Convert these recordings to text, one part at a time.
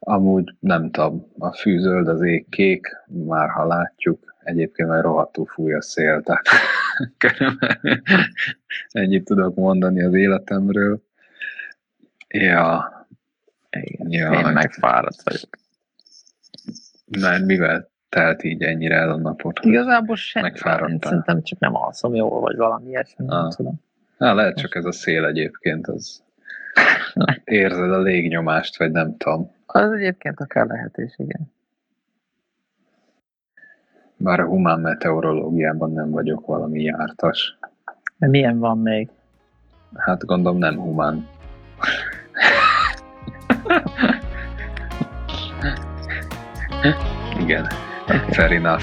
Amúgy nem tudom, a fű zöld, az ég kék, már ha látjuk, egyébként már rohadtul fúj a szél, tehát körülbelül ennyit tudok mondani az életemről. Ja, Igen. ja. Én megfáradt vagyok. Mert mivel telt így ennyire el a napot? Igazából semmi. Megfáradtál. Szerintem csak nem alszom jól, vagy valami ilyesmi, nem tudom. Lehet csak ez a szél egyébként, az érzed a légnyomást, vagy nem tudom. Az egyébként akár lehet is, igen. Bár a humán meteorológiában nem vagyok valami jártas. De milyen van még? Hát gondolom nem humán. Igen, fair enough.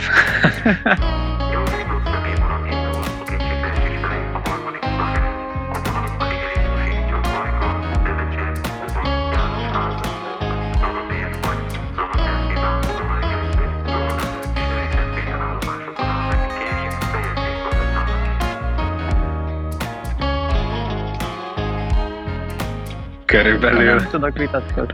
Körülbelül. Nem tudok vitatkozni.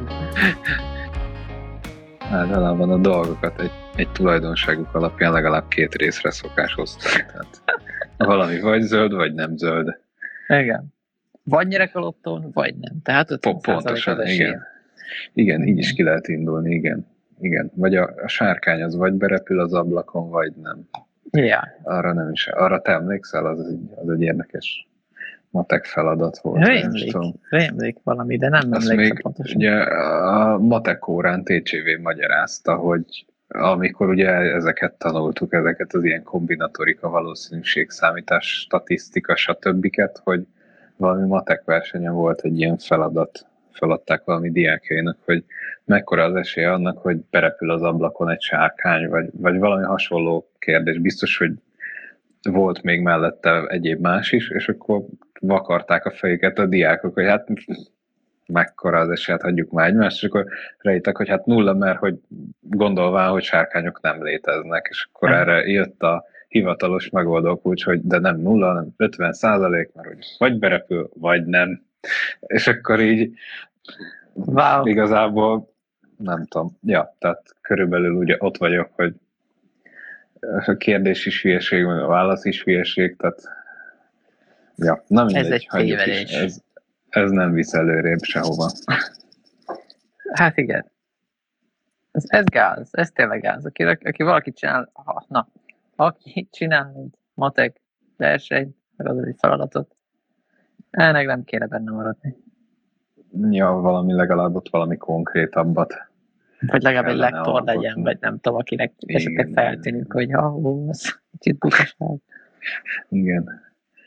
Általában a dolgokat egy tulajdonságuk alapján legalább 2 részre szokás osztani. Tehát valami vagy zöld, vagy nem zöld. Igen. Vagy nyerekalotton, vagy nem. Tehát 50% Pontosan, az igen. Igen, így is ki lehet indulni, igen. Igen. Vagy a sárkány az vagy berepül az ablakon, vagy nem. Ja. Arra nem is. Arra te emlékszel? Az egy érdekes matek feladat volt. Rémlik valami, de nem emlékszem még, pontosan. Ugye a matek órán TCV magyarázta, hogy amikor ugye ezeket tanultuk, ezeket az ilyen kombinatorika, valószínűségszámítás, statisztika, stb., hogy valami matek versenyen volt egy ilyen feladat, feladták valami diákjainak, hogy mekkora az esély annak, hogy berepül az ablakon egy sárkány, vagy valami hasonló kérdés. Biztos, hogy volt még mellette egyéb más is, és akkor vakarták a fejüket a diákok, hogy hát mekkora az esélyt, hagyjuk már egymást, és akkor rájöttek, hogy hát 0, mert hogy gondolván, hogy sárkányok nem léteznek, és akkor erre jött a hivatalos megoldó kulcs, hogy de nem 0, hanem 50%, mert hogy vagy berepül, vagy nem. És akkor így igazából nem tudom. Ja, tehát körülbelül ugye ott vagyok, hogy a kérdés is hülyeség, meg a válasz is hülyeség, tehát ja, na mindegy, ez egy tévedés. Ez nem visz előrébb sehova. Hát igen. Ez gáz, ez tényleg gáz. Aki valaki csinál, aki csinál egy matek versenyt, meg az egy feladatot, ennek nem kéne benne maradni. Ja, valami legalább ott valami konkrétabbat. Vagy legalább egy lektor legyen, vagy nem tudom, akinek esetleg feltűnik, hogy ez kicsit butaság. Igen.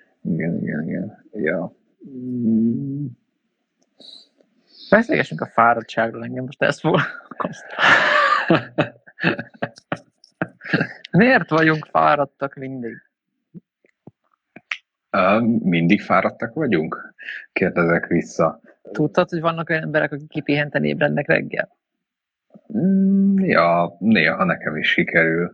Ja. Beszélgessünk a fáradtságról, engem most ezt foglalkoztam. Miért vagyunk fáradtak mindig? Mindig fáradtak vagyunk? Kérdezek vissza. Tudtad, hogy vannak olyan emberek, akik kipihenten ébrednek reggel? Ja, néha nekem is sikerül.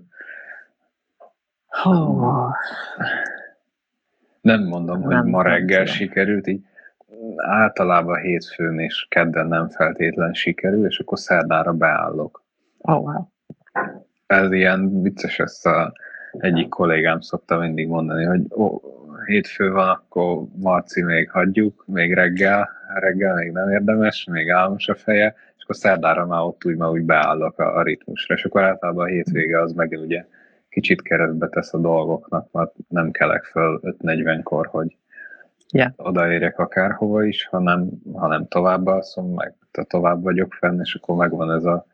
Nem mondom, hogy ma reggel sikerült, így általában hétfőn és kedden nem feltétlen sikerül, és akkor szerdára beállok. Wow. Ez ilyen vicces, ezt egyik kollégám szokta mindig mondani, hogy hétfő van, akkor Marci még hagyjuk, még reggel még nem érdemes, még álmos a feje, és akkor szerdára már ott úgy beállok a ritmusra, és akkor általában a hétvége az megint ugye kicsit keresztbe tesz a dolgoknak, mert nem kelek föl 5:40-kor, hogy odaérjek akárhova is, hanem tovább alszom, meg tovább vagyok fenn, és akkor megvan ez a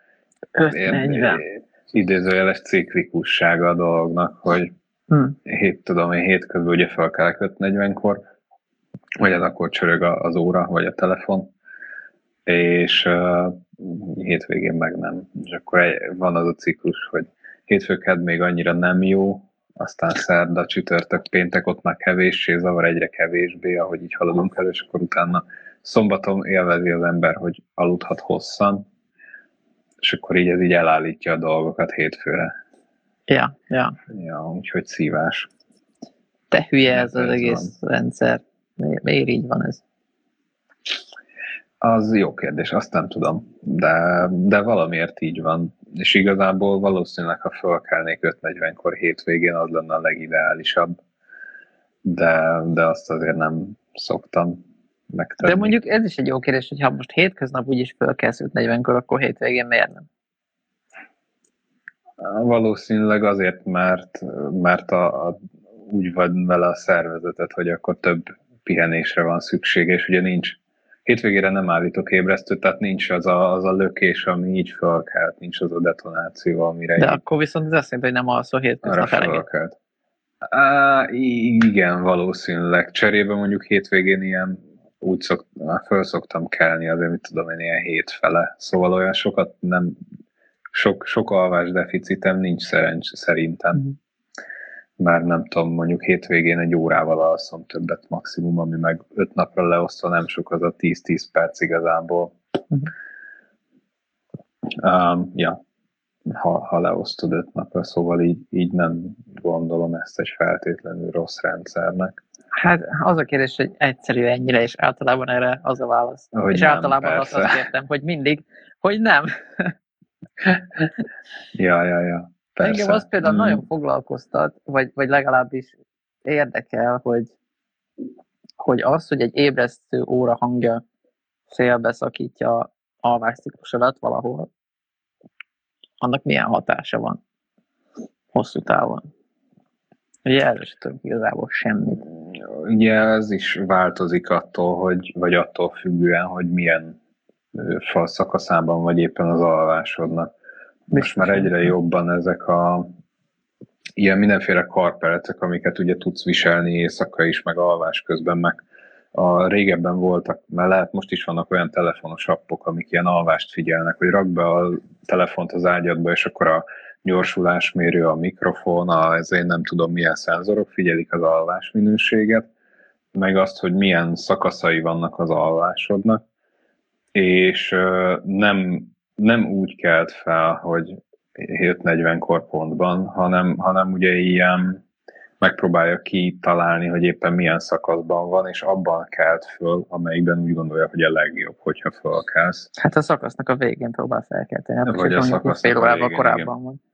idézőjeles ciklikussága a dolognak, hogy hétközben ugye felkelek 5:40-kor, vagy az akkor csörög az óra, vagy a telefon, és hétvégén meg nem. És akkor van az a ciklus, hogy hétfő-kedd még annyira nem jó, aztán szerda, csütörtök, péntek ott már kevéssé zavar, egyre kevésbé, ahogy így haladunk el, és akkor utána szombaton élvezi az ember, hogy aludhat hosszan, és akkor így ez így elállítja a dolgokat hétfőre. Ja. Ja, úgyhogy szívás. Te hülye ez az egész rendszer. Miért így van ez? Az jó kérdés, azt nem tudom, de valamiért így van. És igazából valószínűleg, ha fölkelnék 5:40-kor hétvégén, az lenne a legideálisabb. De azt azért nem szoktam megtenni. De mondjuk ez is egy jó kérdés, hogy ha most hétköznap úgyis fölkelsz 5:40-kor, akkor hétvégén miért nem? Valószínűleg azért, mert úgy van vele a szervezetet, hogy akkor több pihenésre van szüksége, és ugye nincs, hétvégére nem állítok ébresztőt, tehát nincs az a lökés, ami így fölkelt, nincs az a detonáció, amire De így akkor viszont ez azt jelenti, hogy nem alszol arra hétköznap eleget. fölkelt. Igen, valószínűleg. Cserébe mondjuk hétvégén ilyen föl szoktam kelni, azért mit tudom én, ilyen 7 fele. Szóval olyan sokat nem, sok alvásdeficitem nincs szerintem. Már nem tudom, mondjuk hétvégén 1 órával alszom többet maximum, ami meg 5 napra leosztva nem sok, az a 10-10 perc igazából. Ja, ha leosztod 5 napra, szóval így nem gondolom ezt egy feltétlenül rossz rendszernek. Hát az a kérdés, hogy egyszerű ennyire, és általában erre az a válasz. Hogy és nem, általában azt kértem, hogy mindig, hogy nem. Ja. Persze. Engem az például nagyon foglalkoztat, vagy legalábbis érdekel, hogy az, hogy egy ébresztő óra hangja félbeszakítja alvásciklusodat valahol, annak milyen hatása van hosszú távon. Ugye erről sem tudunk igazából semmit. Ugye ez is változik attól, vagy attól függően, hogy milyen szakaszában vagy éppen az alvásodnak. Most már egyre jobban ezek ilyen mindenféle karperecek, amiket ugye tudsz viselni éjszaka is, meg alvás közben, meg régebben voltak, mert lehet most is vannak olyan telefonos appok, amik ilyen alvást figyelnek, hogy rakd be a telefont az ágyadba, és akkor a gyorsulásmérő, a mikrofon, ezért nem tudom milyen szenzorok figyelik az alvás minőséget, meg azt, hogy milyen szakaszai vannak az alvásodnak, és nem úgy kelt fel, hogy 7:40-kor pontban, hanem ugye ilyen megpróbálja kitalálni, hogy éppen milyen szakaszban van, és abban kelt föl, amelyikben úgy gondolja, hogy a legjobb, hogyha fölkelsz. Hát a szakasznak a végén próbál felkelteni. Vagy a szakasznak fél órával korábban van.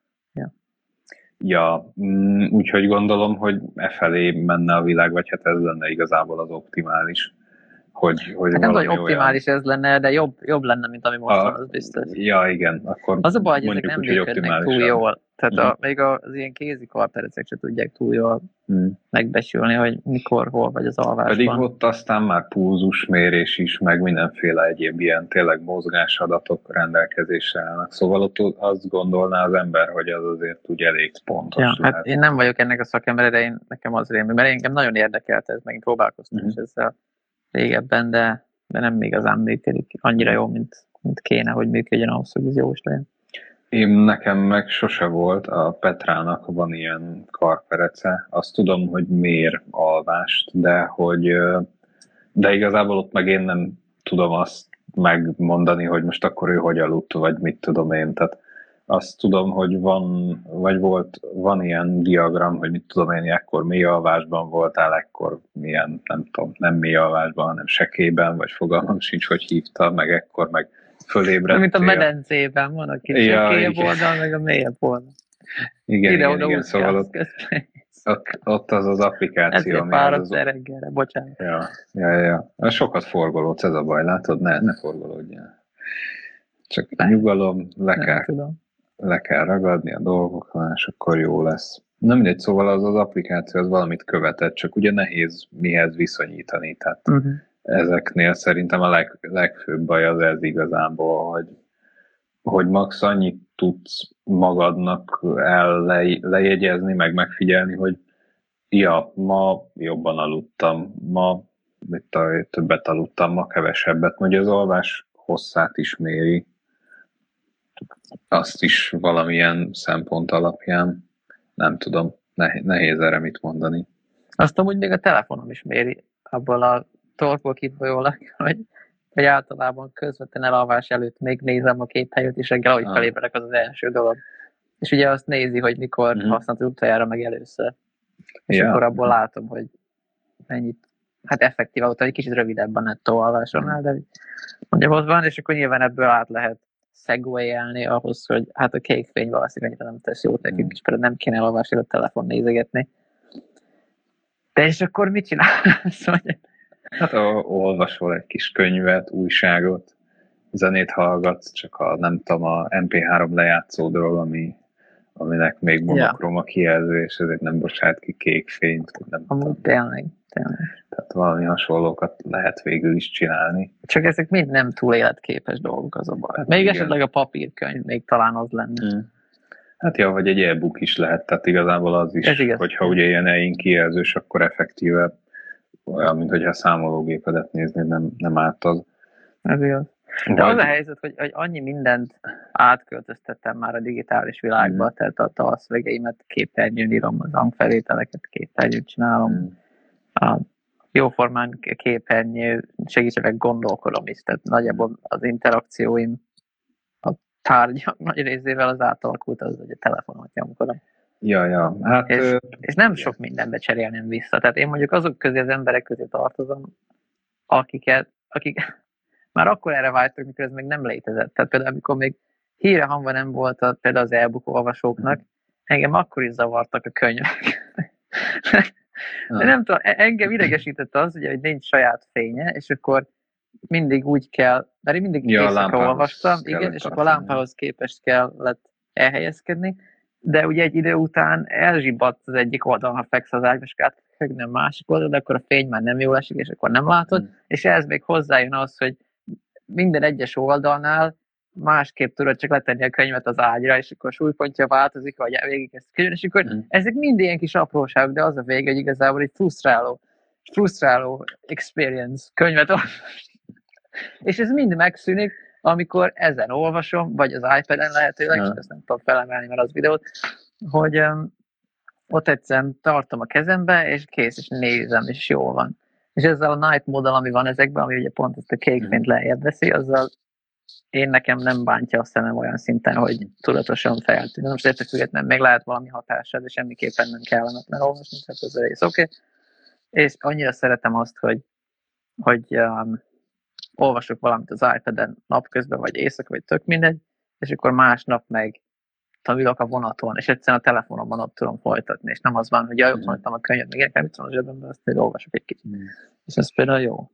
Ja, úgyhogy gondolom, hogy felé menne a világ, vagy hát ez lenne igazából az optimális. Hogy hát nem vagy optimális olyan... ez lenne, de jobb lenne, mint ami most van, az biztos. Ja, igen, akkor az a baj, hogy ezek nem működnek túl jól. Tehát még az ilyen kézi karperecek se tudják túl jól megbecsülni, hogy mikor, hol vagy az alvásban. Pedig ott aztán már pulzusmérés is, meg mindenféle egyéb ilyen tényleg mozgásadatok rendelkezésre állnak. Szóval ott azt gondolná az ember, hogy az azért úgy elég pontos. Ja, hát én nem vagyok ennek a szakember, de nekem az rémű, mert engem nagyon érdekelt ez, megint próbálkoztam is ezzel régebben, de nem igazán működik annyira jó, mint kéne, hogy működjön ahhoz, hogy ez jó is legyen. Nekem meg sose volt, a Petrának van ilyen karperece, azt tudom, hogy mér alvást, de igazából ott meg én nem tudom azt megmondani, hogy most akkor ő hogy aludt, vagy mit tudom én, tehát azt tudom, hogy van ilyen diagram, hogy mit tudom én, ekkor mély alvásban voltál, ekkor milyen, nem tudom, nem mély alvásban, hanem sekében, vagy fogalmam sincs, hogy hívta, meg ekkor, meg fölébredtél. Mint a medencében van, aki sekélyebb oldal, meg a mélyebb oldal. Igen, szóval ott az az applikáció, ami az... reggelre, bocsánat. Ja. Sokat forgolódsz, ez a baj, látod? Ne forgolódjál. Csak nyugalom, le kell ragadni a dolgokra, és akkor jó lesz. Nem mindegy, szóval az applikáció az valamit követett, csak ugye nehéz mihez viszonyítani. Tehát ezeknél szerintem a legfőbb baj az ez igazából, hogy max annyit tudsz magadnak lejegyezni, meg megfigyelni, hogy ma jobban aludtam, ma többet aludtam, ma kevesebbet. Mondja az alvás hosszát is méri, azt is valamilyen szempont alapján, nem tudom, nehéz erre mit mondani. Azt amúgy még a telefonom is méri, abból a torkból kifolyólag, hogy általában közvetlen elalvás előtt még nézem a képhelyet, és reggel, ahogy felébredek, az első dolog. És ugye azt nézi, hogy mikor használtad utoljára meg először. És akkor abból látom, hogy hát effektív autó, egy kicsit rövidebb a nettó alvásonál, de mondjuk ott van, és akkor nyilván ebből át lehet segway-elni ahhoz, hogy hát a kék fény valószínűleg annyira nem tesz jót nekünk, és például nem kéne elolvasni, a telefon nézegetni. De és akkor mit csinálsz? Hát olvasol egy kis könyvet, újságot, zenét hallgatsz, csak nem tudom, a MP3 lejátszódról, aminek még monokroma kijelző, és ezért nem bocsát ki kék fényt. Amúgy tényleg. Tehát valami hasonlókat lehet végül is csinálni. Csak ezek mind nem túl életképes dolgok, az a baj. Hát még igen. Esetleg a papírkönyv még talán az lenne. Hát ja, vagy egy e-book is lehet, tehát igazából az is, hogyha ugye ilyen e-ink kijelzős, akkor effektíve olyan, mint hogyha a számológépedet néznéd, nem átad. Ez igaz. De az a helyzet, hogy annyi mindent átköltöztettem már a digitális világba, tehát a szövegeimet képernyőn írom, az hangfelvételeket képernyőn csinálom, a jóformán képernyő segítségek gondolkodom is, tehát nagyjából az interakcióim a tárgyak nagy részével az átalakult az, hogy a telefonomat nyomkodom. Ja. Hát, és nem sok mindenbe cserélném vissza. Tehát én mondjuk azok közé, az emberek közé tartozom, akik már akkor erre vágytak, mikor ez még nem létezett. Tehát például, amikor még híre hangva nem volt például az e-book olvasóknak, engem akkor is zavartak a könyvek. De nem tudom, engem idegesített az, ugye, hogy nincs saját fénye, és akkor mindig úgy kell, mert én mindig éjszaka olvastam, igen, és akkor a lámpához képest kellett elhelyezkedni, de ugye egy idő után elzsibbadt az egyik oldalon, ha feksz az ágyba, és átfeküdni a másik oldalon, de akkor a fény már nem jól esik, és akkor nem látod, és ehhez még hozzájön az, hogy minden egyes oldalnál másképp tudod csak letenni a könyvet az ágyra, és akkor a súlypontja változik, vagy végig ezt könyvet, és akkor ezek mind ilyen kis apróságok, de az a vége, hogy igazából egy frusztráló experience könyvet olvasni. És ez mind megszűnik, amikor ezen olvasom, vagy az iPad-en lehetőleg, és ezt nem tudom felemelni, mert az videót, hogy ott egyszerűen tartom a kezembe, és kész, és nézem, és jól van. És ezzel a night móddal, ami van ezekben, ami ugye pont ezt a kék fényt lejjebb veszi, azzal nekem nem bántja a szemem olyan szinten, hogy tudatosan feltűnöm. Most értek függetlenül, még lehet valami hatása, de semmiképpen nem kellemetlen olvasni, tehát ez egész oké. És annyira szeretem azt, hogy olvasok valamit az iPad-en napközben, vagy éjszaka, vagy tök mindegy, és akkor másnap meg ülök a vonaton, és egyszerűen a telefonomban ott tudom folytatni, és nem az van, hogy ott hagytam a könyvet, meg én mit van a zsebemben, azt például olvasok egy kicsit. És ez például jó.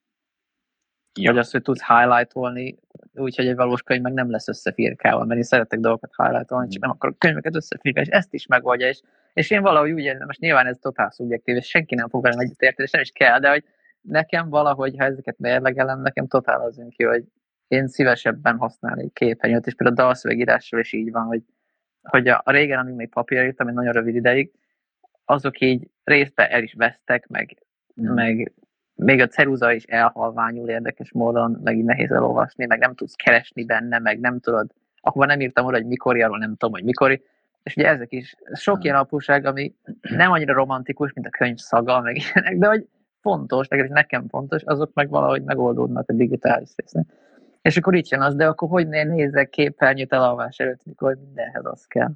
Vagy azt, hogy tudsz highlightolni, úgyhogy egy valós könyv meg nem lesz összefirkálva, mert én szeretek dolgokat highlightolni, csak nem akarok könyveket összefirkálni, és ezt is megoldja. És én valahogy úgy érzem, most nyilván ez totál szubjektív, és senki nem fog velem egyetérteni, és nem is kell, de hogy nekem valahogy, ha ezeket mérlegelem, nekem totál az jön ki, hogy én szívesebben használnék képernyőt, és például a dalszövegírással is így van, hogy a régen, amíg még papírra írtam, egy nagyon rövid ideig, azok így részben el is vesztek, meg még a ceruza is elhalványul érdekes módon, meg így nehéz elolvasni, meg nem tudsz keresni benne, meg nem tudod, akkor nem írtam oda, hogy mikori, arról nem tudom, hogy mikori, és ugye ezek is sok ilyen apróság, ami nem annyira romantikus, mint a könyv szaga, meg ilyenek, de hogy fontos, nekem fontos, azok meg valahogy megoldódnak a digitális résznek. És akkor így jön az, de akkor hogy nézzek képernyőt elalvás előtt, mikor mindenhez az kell.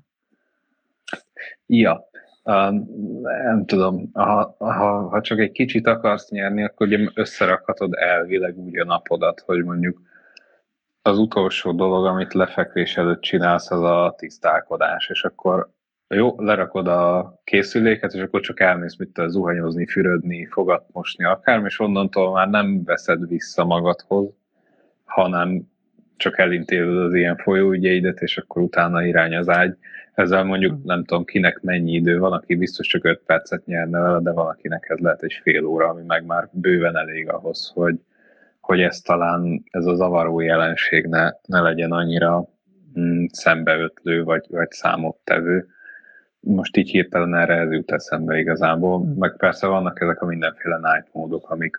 Ja, nem tudom, ha csak egy kicsit akarsz nyerni, akkor ugye összerakhatod elvileg úgy a napodat, hogy mondjuk az utolsó dolog, amit lefekvés előtt csinálsz, az a tisztálkodás, és akkor jó, lerakod a készüléket, és akkor csak elmész zuhanyozni, fürödni, fogat mosni, akármi, és onnantól már nem veszed vissza magadhoz, hanem csak elintézed az ilyen folyóügyeidet, és akkor utána irány az ágy. Ezzel mondjuk nem tudom kinek mennyi idő van, aki biztos csak 5 percet nyerne vele, de van, akinek ez lehet egy fél óra, ami meg már bőven elég ahhoz, hogy ez talán ez a zavaró jelenség ne legyen annyira szembeötlő, vagy számottevő. Most így hirtelen erre ez jut eszembe igazából. Meg persze vannak ezek a mindenféle night módok, amik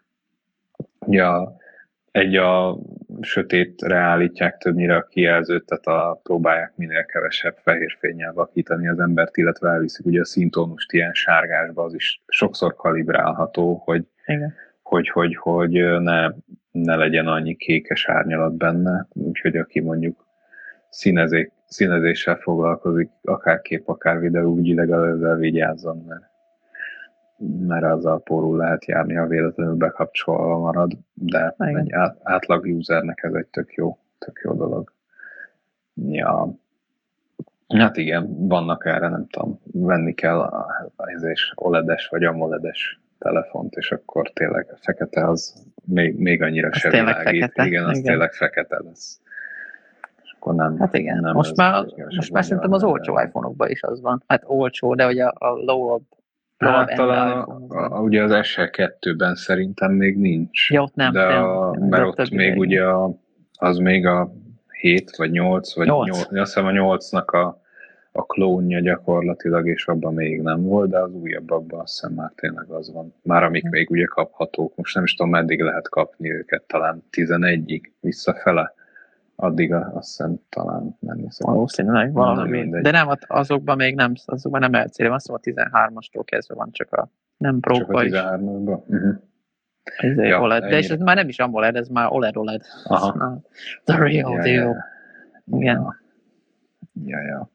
a sötétre állítják többnyire a kijelzőt, tehát próbálják minél kevesebb fehér fénnyel vakítani az embert, illetve elviszik ugye a színtónust ilyen sárgásba, az is sokszor kalibrálható, hogy ne legyen annyi kékes árnyalat benne, úgyhogy aki mondjuk színezéssel foglalkozik, akár kép, akár videó, úgy legalább ezzel vigyázzon, mert mert azzal pórul lehet járni, ha véletlenül bekapcsolva marad, de egy átlag usernek ez egy tök jó dolog. Ja. Hát igen, vannak erre, nem tudom, venni kell az OLED-es vagy AMOLED-es telefont, és akkor tényleg a fekete az még annyira az se világít. Fekete. Igen, az tényleg fekete lesz. És akkor nem, hát igen, nem most már szerintem az olcsó iPhone-okban is az van. Hát olcsó, de hogy a low-up hát talán ugye az SE2-ben szerintem még nincs. Ja, ott nem. Mert ott még ugye az még a 7 vagy 8, vagy 8. Azt hiszem a 8-nak a klónja gyakorlatilag, és abban még nem volt, de az újabbakban azt hiszem már tényleg az van. Már amik még ugye kaphatók. Most nem is tudom, meddig lehet kapni őket, talán 11-ig visszafele. Addig azt hiszem talán menni szokott. Valószínűleg valami. De nem, azokban még nem, azokban nem elcélem, azt mondom, a 13-astól kezdve van csak a nem Pro csak a 13-asban? Ez ja, OLED. De és ez már nem is AMOLED, ez már OLED. Aha. The real deal. Igen. Ja.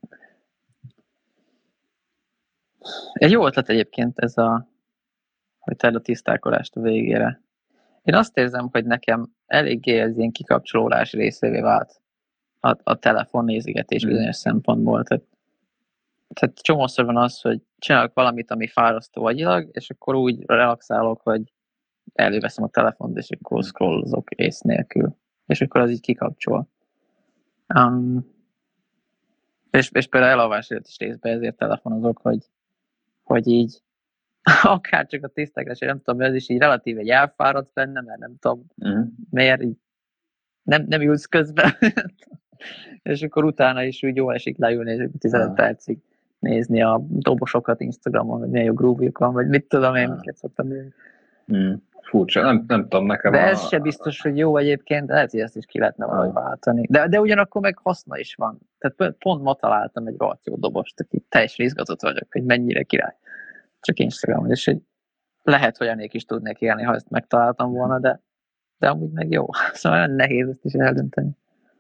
Egy jó ötlet egyébként ez hogy te a tisztálkodást a végére. Én azt érzem, hogy nekem eléggé ez ilyen kikapcsolódás részévé vált a telefon nézigetés bizonyos szempontból. Tehát csomószor van az, hogy csinálok valamit, ami fárasztó agyilag, és akkor úgy relaxálok, hogy előveszem a telefont, és akkor scrollozok ész nélkül. És akkor az így kikapcsol. És például elalvás előtt is részben ezért telefonozok, hogy így akár csak a tisztákra, nem tudom, ez is így relatív egy elfáradt benne, mert nem tudom, miért így nem ülsz közben. És akkor utána is úgy jól esik leülni, és 15 percig nézni a dobosokat Instagramon, hogy milyen jó groove-juk van, vagy mit tudom én, miket szoktam nézni. Furcsa, nem tudom, nekem de ez se biztos, hogy jó egyébként, de lehet, hogy ezt is ki lehetne valahogy váltani. De ugyanakkor meg haszna is van. Tehát pont ma találtam egy rohadt jó dobost, aki teljesen izgatott vagyok, hogy mennyire király. Csak Instagramon, és hogy lehet, hogy anék is tudnék élni, ha ezt megtaláltam volna, de amúgy meg jó. Szóval nehéz ezt is eldönteni.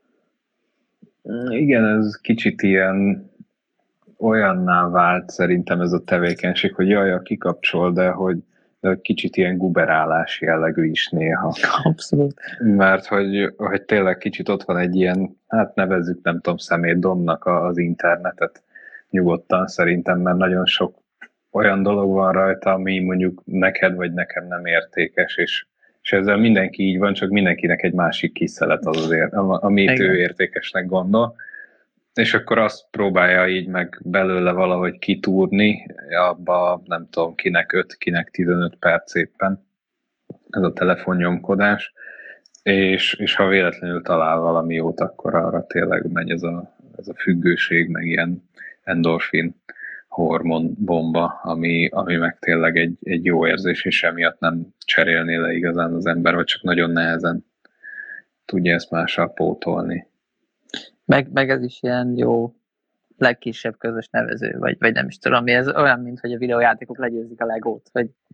Igen, ez kicsit ilyen olyanná vált szerintem ez a tevékenység, hogy jaj, kikapcsol, de hogy kicsit ilyen guberálás jellegű is néha. Abszolút. Mert hogy tényleg kicsit ott van egy ilyen, hát nevezzük, nem tudom, szemétdombnak az internetet nyugodtan szerintem, mert nagyon sok olyan dolog van rajta, ami mondjuk neked vagy nekem nem értékes, és ezzel mindenki így van, csak mindenkinek egy másik kis szelet az azért, amit ő értékesnek gondol. És akkor azt próbálja így meg belőle valahogy kitúrni, abba nem tudom, kinek 5, kinek 15 perc éppen ez a telefonnyomkodás, és ha véletlenül talál valami jót, akkor arra tényleg megy ez a függőség, meg ilyen endorfin hormonbomba, ami meg tényleg egy jó érzés, és emiatt nem cserélné le igazán az ember, vagy csak nagyon nehezen tudja ezt mással pótolni. Meg ez is ilyen jó legkisebb közös nevező, vagy nem is tudom, ez olyan, mint hogy a videójátékok legyőzik a Legót,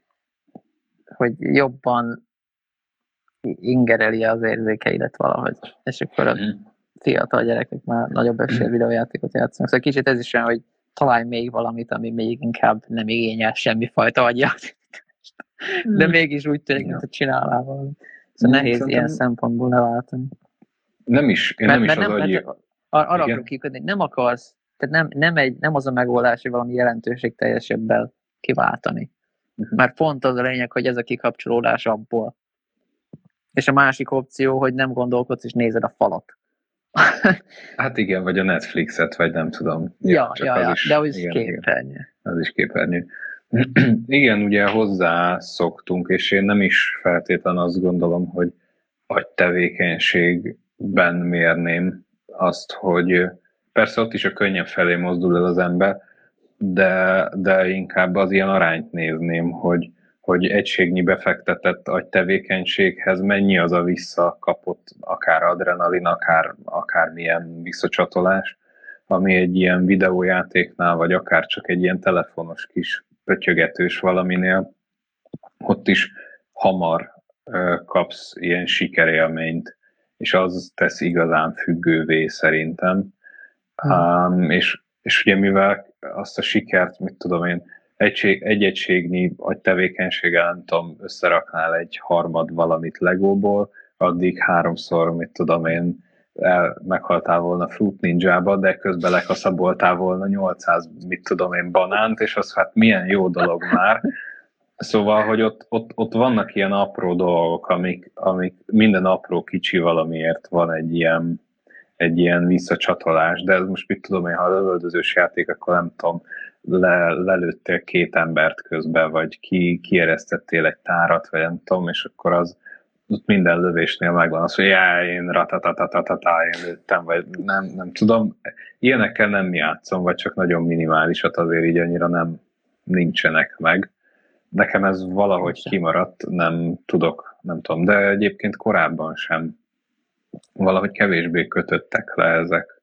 hogy jobban ingereli az érzékeidet valahogy, és akkor a fiatal gyerekek már nagyobb eséllyel videójátékot játszanak. Szóval kicsit ez is olyan, hogy találj még valamit, ami még inkább nem igényel semmifajta agyjátékost. De mégis úgy tűnik, mint hogy csinálnál valamit. Szóval nehéz ilyen szempontból leváltani. Nem is az agyi... Arra akarok kikötni, nem akarsz, tehát nem az a megoldás, hogy valami jelentőségteljesebbel kiváltani. Mert pont az a lényeg, hogy ez a kikapcsolódás abból. És a másik opció, hogy nem gondolkodsz és nézed a falat. Hát igen, vagy a Netflixet, vagy nem tudom. Ja, de az is képernyő. Az is képernyő. Igen, ugye hozzá szoktunk, és én nem is feltétlenül azt gondolom, hogy agytevékenységben mérném azt, hogy persze ott is a könnyebb felé mozdul el az ember, de inkább az ilyen arányt nézném, hogy egységnyi befektetett agytevékenységhez mennyi az a visszakapott akár adrenalin, akár milyen visszacsatolás, ami egy ilyen videójátéknál, vagy akár csak egy ilyen telefonos kis pötyögetős valaminél, ott is hamar kapsz ilyen sikerélményt, és az tesz igazán függővé szerintem. És ugye mivel azt a sikert, mit tudom én, egy egységnyi agytevékenységgel, nem tudom, összeraknál egy harmad valamit Legóból, addig 3-szor, mit tudom én, meghaltál volna Fruit Ninjába, de közben lekaszaboltál volna 800, mit tudom én, banánt, és az hát milyen jó dolog már. Szóval, hogy ott vannak ilyen apró dolgok, amik minden apró kicsi valamiért van egy ilyen visszacsatolás, de ez most mit tudom én, ha lövöldözős játék, akkor nem tudom, lelőttél 2 embert közben, vagy kieresztettél egy tárat, vagy nem tudom, és akkor az minden lövésnél megvan az, hogy én ratatatatata, én lőttem, vagy nem tudom. Ilyenekkel nem játszom, vagy csak nagyon minimálisat, azért így annyira nincsenek meg. Nekem ez valahogy kimaradt, nem tudok, nem tudom, de egyébként korábban sem. Valahogy kevésbé kötöttek le ezek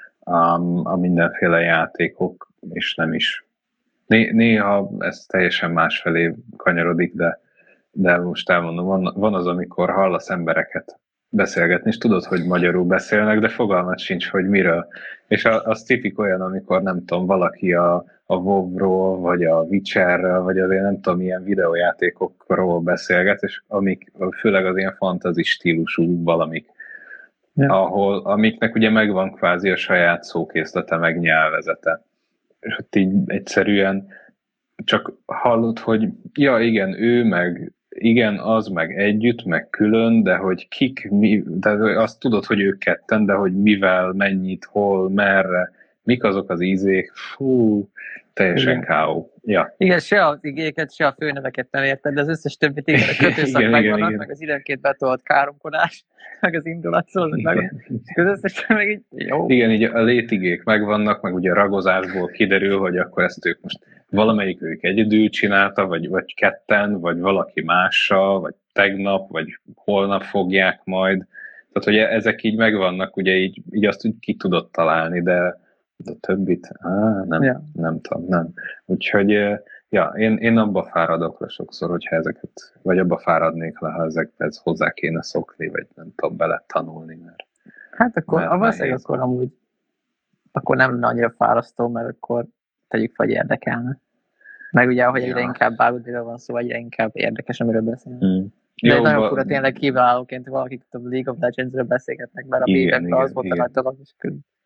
a mindenféle játékok, és nem is. Néha ez teljesen másfelé kanyarodik, de most elmondom, van az, amikor hallasz embereket beszélgetni, és tudod, hogy magyarul beszélnek, de fogalmat sincs, hogy miről. És az tipik olyan, amikor nem tudom, valaki a WoW-ról, vagy a Witcherről, vagy azért nem tudom, milyen videójátékokról beszélget, és főleg az ilyen fantasy stílusú valamik, amiknek ugye megvan kvázi a saját szókészlete, meg nyelvezete. És ott így egyszerűen csak hallod, hogy ja igen, ő, meg igen, az, meg együtt, meg külön, de hogy de azt tudod, hogy ők ketten, de hogy mivel, mennyit, hol, merre, mik azok az ízék, fú, teljesen K.O. Ja. Igen, se az igéket, se a főneveket nem érted, de az összes többit igen, a kötőszak megvannak, meg az időnként betolt káromkodás, meg az indulatszól, meg az összes meg így jó. Igen, így a létigék megvannak, meg ugye a ragozásból kiderül, hogy akkor ezt ők most valamelyik ők egyedül csinálta, vagy ketten, vagy valaki mással, vagy tegnap, vagy holnap fogják majd. Tehát, hogy ezek így megvannak, ugye így azt úgy ki tudod találni, de a többit, nem tudom, nem. Úgyhogy, ja, én abba fáradok le sokszor, hogyha ezeket, vagy abba fáradnék le, ha ezekhez hozzá kéne szokni, vagy nem tudom, bele tanulni, mert... Hát akkor, valószínűleg akkor amúgy, akkor nem annyira fárasztó, mert akkor tegyük vagy érdekelne. Meg ugye, ahogy egyre inkább bármiről van szó, egyre inkább érdekes, amiről beszélünk. De nagyon fura tényleg kívülállóként valakik a League of Legends-ről beszélgetnek, mert a médiákra az volt a nagy dolog, és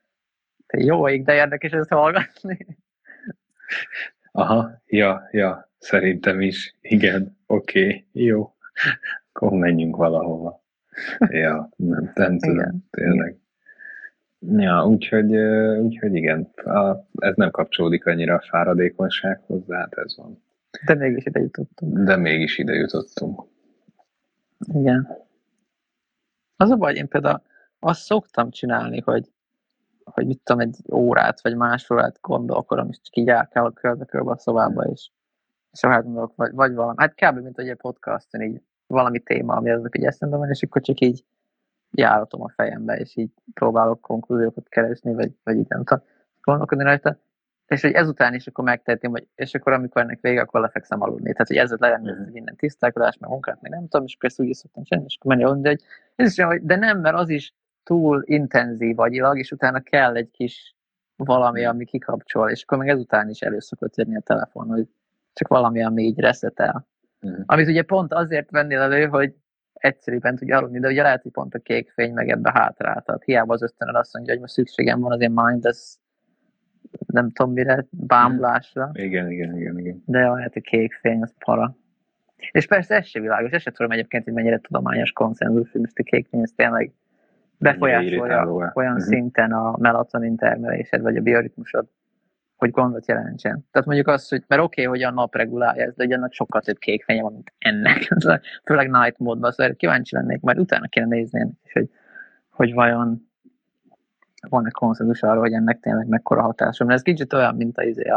jó ég, de érdekes ezt hallgatni. Aha, ja, szerintem is. Igen, oké, jó. Akkor menjünk valahova. Ja, nem tudom, tényleg. Ja, úgyhogy igen, ez nem kapcsolódik annyira a fáradékonysághoz, de hát ez van. De mégis ide jutottunk. Igen. Az a baj, én például azt szoktam csinálni, hogy mit tudom, egy órát, vagy másról gondolkodom, és csak így elkelok körbe a szobába, és hát gondolok, vagy valami. Hát kb. Mint egy podcaston, így valami téma, ami azok így eszembe van, és akkor csak így járatom a fejembe, és így próbálok konklúziókat keresni, vagy így nem tudom, gondolkodni rajta. És hogy ezután is akkor megtehetem, és akkor amikor ennek vége, akkor lefekszem aludni. Tehát, hogy ez legyen minden tisztálkodás, meg munkát, meg nem tudom, és akkor ezt úgy is szoktam csinálni, és akkor menni aludni, de ez is olyan, de nem, mert az is túl intenzív agyilag, és utána kell egy kis valami, ami kikapcsol, és akkor meg ezután is elő szokott jönni a telefon, hogy csak valami, ami így reszetel. Amit ugye pont azért vennél elő, hogy egyszerűen tudja aludni, de ugye lehet, hogy pont a kék fény meg ebbe hátráltat. Hiába az ösztönöd azt mondja, hogy most szükségem van az én mindless, nem tudom mire, bámulásra. Igen. De lehet, hogy kék fény, az para. És persze ez se világos, ezt sem tudom egyébként, hogy mennyire tudományos konszenzus, hogy most a kék fény, ez tényleg befolyásolja olyan szinten a melatonin termelésed, vagy a bioritmusod, hogy gondot jelentsen. Tehát mondjuk azt, hogy, mert oké, hogy a nap regulálja ezt, de hogy annak sokkal több kék fénye van, mint ennek. Főleg night módban, szóval kíváncsi lennék, majd utána kéne nézni, hogy vajon van-e konszenzus arra, hogy ennek tényleg mekkora hatása. Mert ez kicsit olyan, mint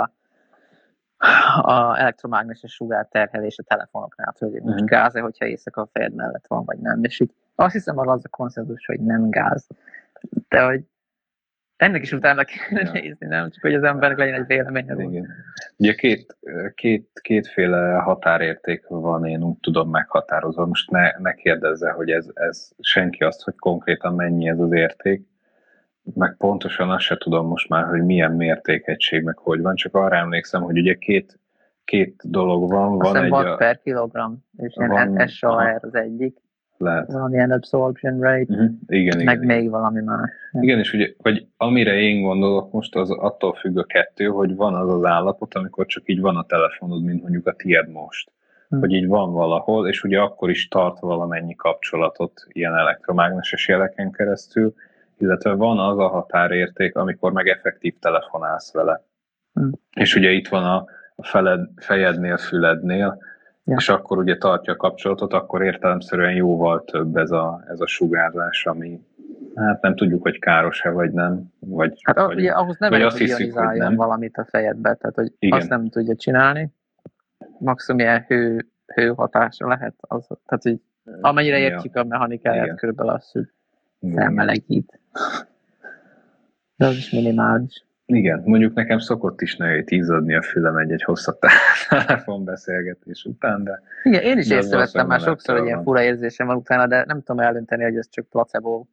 a elektromágneses sugárterhelés a telefonoknál, hogy most gáz-e, hogyha éjszaka a fejed mellett van, vagy nem. És így azt hiszem, arra az a konszenzus, hogy nem gáz. De hogy ennek is utána kéne nézni, nem? Csak hogy az embernek legyen egy véleménye. Igen. Ugye kétféle határérték van, én úgy tudom meghatározva. Most ne kérdezze, hogy ez senki azt, hogy konkrétan mennyi ez az érték, meg pontosan azt se tudom most már, hogy milyen mértékegység, meg hogy van, csak arra emlékszem, hogy ugye két dolog van. Azt Van hiszem egy watt per kilogramm, és van, ilyen SAR az egyik, lehet. valamilyen absorption rate, Igen, meg igen. még valami más. Igen, és ugye, vagy amire én gondolok most, az attól függ a kettő, hogy van az az állapot, amikor csak így van a telefonod, mint mondjuk a tiéd most. Hogy így van valahol, és ugye akkor is tart valamennyi kapcsolatot ilyen elektromágneses jeleken keresztül, illetve van az a határérték, amikor meg effektív telefonálsz vele. És ugye itt van a fejednél, fülednél, és akkor ugye tartja a kapcsolatot, akkor értelemszerűen jóval több ez a sugárzás, ami hát nem tudjuk, hogy káros-e vagy nem. Ugye ahhoz nem elég, hogy hiszük, hogy nem. valamit a fejedbe, tehát hogy igen. Azt nem tudja csinálni. Maximum ilyen hő hatása lehet. Tehát, hogy amennyire értjük a mechanikáját, körülbelül az, hogy felmelegít. De az is minimális. Igen, mondjuk nekem szokott is nagyon izzadni a fülem egy hosszabb telefonbeszélgetés után, de... Igen, én is észrevettem már sokszor, hogy ilyen fura érzésem van utána, de nem tudom eldönteni, hogy ez csak placebo,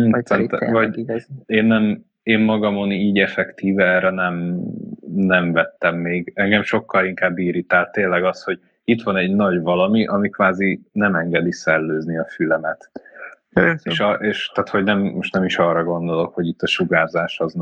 Én magamon így effektíve erre nem vettem még. Engem sokkal inkább irritált tényleg az, hogy itt van egy nagy valami, ami kvázi nem engedi szellőzni a fülemet. És tehát, hogy most nem is arra gondolok, hogy itt a sugárzás az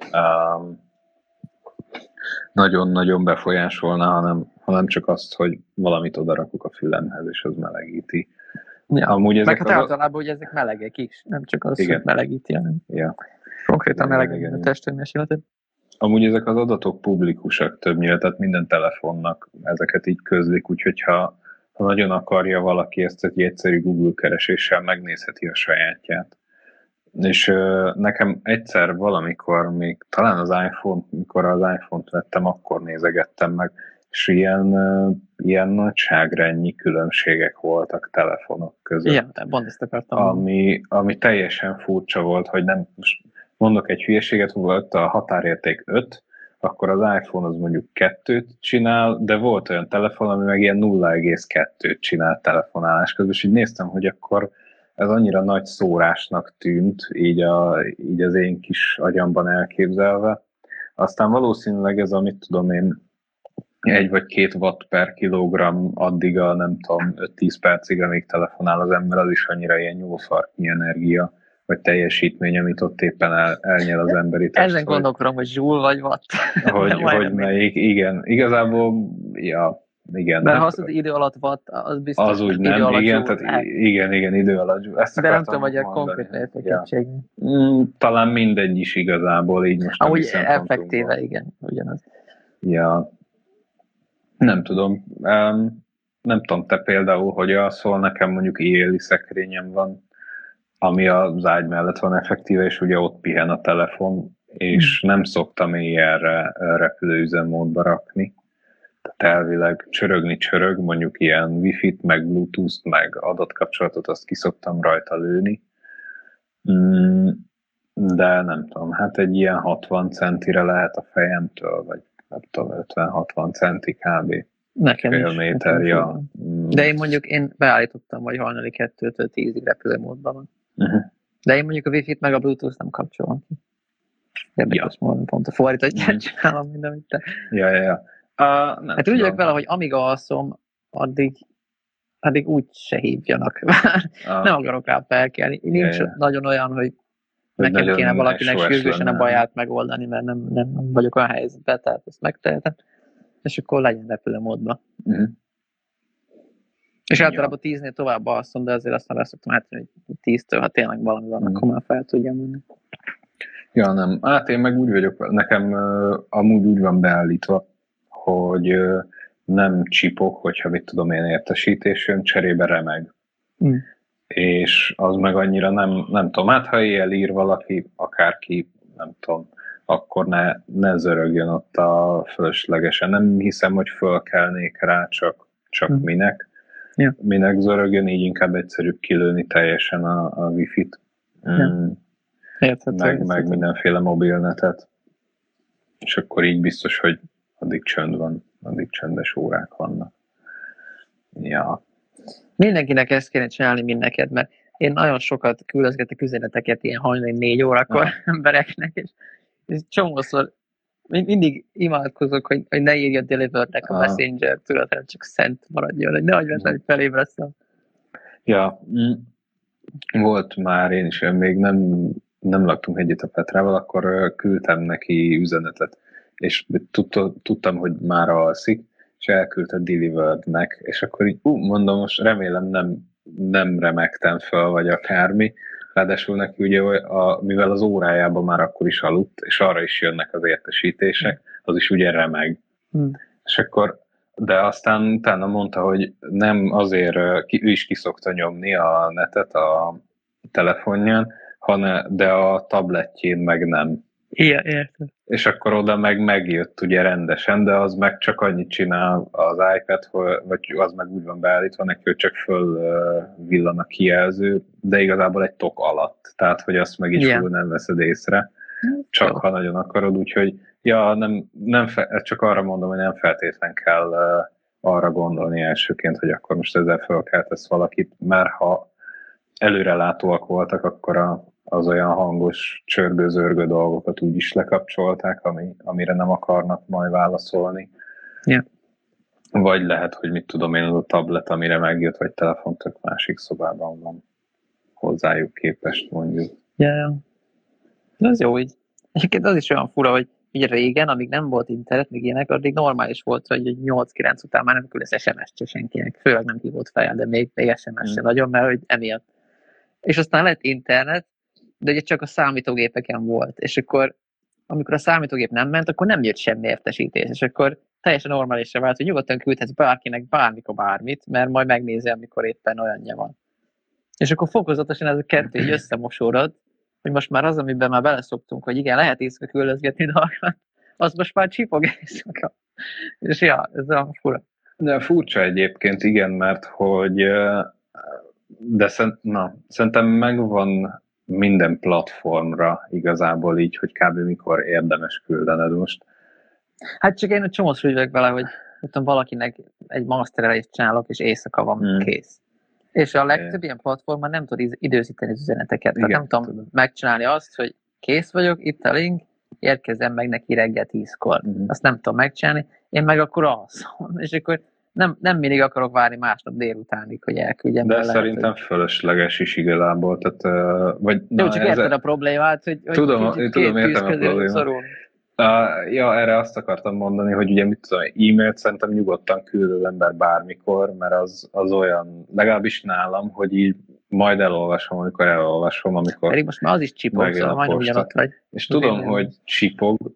nagyon befolyásolna, hanem csak azt, hogy valamit odarakok a fülemhez, és az melegíti. Ja. Amúgy meg hát általában, hogy ezek melegek is, nem csak az, hogy melegíti, hanem konkrétan melegíti a testhőmérsékletet. Amúgy ezek az adatok publikusak többnyire, tehát minden telefonnak ezeket így közlik, úgyhogy ha nagyon akarja valaki, ezt egy egyszerű Google kereséssel megnézheti a sajátját. És nekem egyszer valamikor, még talán mikor az iPhone-t vettem, akkor nézegettem meg, és ilyen nagyságrendnyi különbségek voltak telefonok között. Igen, pont ezt akartam. Ami teljesen furcsa volt, hogy nem, most mondok egy hülyeséget, volt a határérték 5, akkor az iPhone az mondjuk 2-t csinál, de volt olyan telefon, ami meg ilyen 0,2-t csinál telefonálás közben, és így néztem, hogy akkor ez annyira nagy szórásnak tűnt, így az én kis agyamban elképzelve. Aztán valószínűleg ez, amit tudom én, 1 vagy 2 watt per kilogramm addig a nem tudom 5-10 percig, amíg telefonál az ember, az is annyira ilyen nyúlfarknyi energia, vagy teljesítmény, amit ott éppen elnyel az emberi test. Ezen gondolkodom, hogy joule vagy watt. Hogy melyik, igen. Igazából, igen. De ha azt az idő alatt watt, az biztos, az úgy nem, idő igen, tehát igen, idő alatt joule. De nem tudom, hogy a konkrét mértékenység. Talán mindegy is igazából, így most nem hiszem. Effektíve, igen, ugyanaz. Ja. Nem tudom. Nem tudom, te például, hogy szól nekem mondjuk éjjeli szekrényem van, ami az ágy mellett van effektíve, és ugye ott pihen a telefon, és nem szoktam éjjelre repülőüzemmódba rakni. Tehát elvileg csörög, mondjuk ilyen Wi-Fi-t, meg Bluetooth-t, meg adatkapcsolatot, azt ki szoktam rajta lőni. De nem tudom, hát egy ilyen 60 centire lehet a fejemtől, vagy nem tudom, 50-60 centi kb. Nekem fél méter, ja. De én beállítottam, hogy hajnali 2-től 10-ig repülőmódban van. De én mondjuk a Wi-Fi-t meg a Bluetooth nem kapcsolom ki. Érdekes módon pont a fordított csinálom minden, amit te. Ja. Hát úgy vagyok vele, hogy amíg alszom, addig úgy se hívjanak. Nem akarok rá felkelni. Nincs nagyon olyan, hogy nekem kéne valakinek sürgősen a baját megoldani, mert nem vagyok olyan helyzetben, tehát ezt megtehetem. És akkor legyen repülőmódban. És általában 10-nél tovább alszom, de azért aztán leszoktam átvenni, hogy 10-től, ha tényleg valami van, akkor már fel tudjam menni. Ja, nem. Hát én meg úgy vagyok, nekem amúgy úgy van beállítva, hogy nem csipok, hogyha mit tudom én értesítés jön, cserébe remeg. És az meg annyira nem tudom, hát ha éjjel ír valaki, akárki, nem tudom, akkor ne zörögjön ott a fölöslegesen. Nem hiszem, hogy fölkelnék rá, csak minek. Ja. Minek zörögjön, így inkább egyszerűbb kilőni teljesen a Wi-Fi-t. Meg mindenféle mobilnetet. És akkor így biztos, hogy addig csönd van, addig csöndes órák vannak. Ja. Mindenkinek ezt kéne csinálni, mint neked, mert én nagyon sokat küldözgetek üzeneteket ilyen hajnali 4 órakor embereknek, és csomószor mindig imádkozok, hogy ne írja delivernek a Messenger, tudod, csak szent maradjon, hogy nehogy hogy felébresztem. Ja, volt már én is, még nem laktunk együtt a Petrával, akkor küldtem neki üzenetet, és tudtam, hogy már alszik, és elküldte Deliverednek, és akkor így, mondom, most remélem nem remegtem föl, vagy akármi, ráadásul neki ugye, mivel az órájában már akkor is aludt, és arra is jönnek az értesítések, az is ugye remeg. És akkor, de aztán utána mondta, hogy nem azért, ő is kiszokta nyomni a netet a telefonján, de a tabletjén meg nem. Igen, értem. És akkor oda megjött ugye rendesen, de az meg csak annyit csinál az iPad, vagy az meg úgy van beállítva neki, hogy csak fölvillan a kijelző, de igazából egy tok alatt. Tehát, hogy azt meg is nem veszed észre, csak ha nagyon akarod, úgyhogy csak arra mondom, hogy nem feltétlen kell arra gondolni elsőként, hogy akkor most ezzel fölkeltesz valakit, mert ha előrelátóak voltak, akkor az olyan hangos, csörgő-zörgő dolgokat úgy is lekapcsolták, amire nem akarnak majd válaszolni. Yeah. Vagy lehet, hogy mit tudom én, az a tablet, amire megjött, vagy telefon tök másik szobában van hozzájuk képest, mondjuk. Yeah. De az jó így. Egyébként az is olyan fura, hogy ugye régen, amíg nem volt internet, még ilyenek, addig normális volt, hogy 8-9 után már nem küldesz SMS-t senkinek, főleg nem hívott fel, de még SMS se nagyon, mert hogy emiatt. És aztán lett internet, de ugye csak a számítógépeken volt, és akkor amikor a számítógép nem ment, akkor nem jött semmi értesítés, és akkor teljesen normálisra vált, hogy nyugodtan küldhetsz bárkinek bármikor bármit, mert majd megnézi, amikor éppen olyanja van. És akkor fokozatosan ez a kettő így összemosódott, hogy most már az, amiben már beleszoktunk, hogy igen, lehet éjszaka küldözgetni dolgokat, az most már csipog éjszaka. És ja, ez olyan fura. De furcsa egyébként, igen, mert hogy de szerintem megvan minden platformra igazából így, hogy kb. Mikor érdemes küldened most. Hát csak én csomószor úgy vagyok vele, hogy tudom, valakinek egy masterelést csinálok, és éjszaka van kész. És a legtöbb ilyen platformon nem tud időzíteni az üzeneteket. Tehát nem tudom megcsinálni azt, hogy kész vagyok, itt a link, érkezzem meg neki reggel 10-kor. Azt nem tudom megcsinálni, én meg akkor alszom. És akkor nem mindig akarok várni másnap délutánig, hogy elküldjem. De szerintem fölösleges is igazából. Tehát, jó, csak érted a problémát, hogy tudom, értem a problémát. Ja, erre azt akartam mondani, hogy ugye mit tudom, e-mailt szerintem nyugodtan küld az ember bármikor, mert az olyan, legalábbis nálam, hogy így majd elolvasom, amikor pedig most már az is csipog, szóval majdnem ugyanott vagy. És tudom, hogy csipog,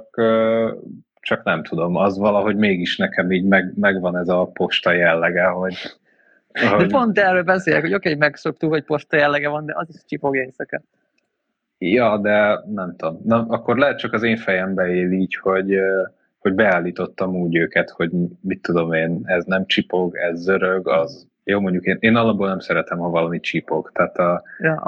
csak nem tudom, az valahogy mégis nekem így megvan ez a posta jellege, hogy... De pont erről beszélek, hogy oké, megszoktuk, hogy posta jellege van, de az is csipog éjszaka. Ja, de nem tudom. Akkor lehet csak az én fejembe él így, hogy beállítottam úgy őket, hogy mit tudom én, ez nem csipog, ez zörög, az... Jó, mondjuk én alapból nem szeretem, ha valami csipog. Tehát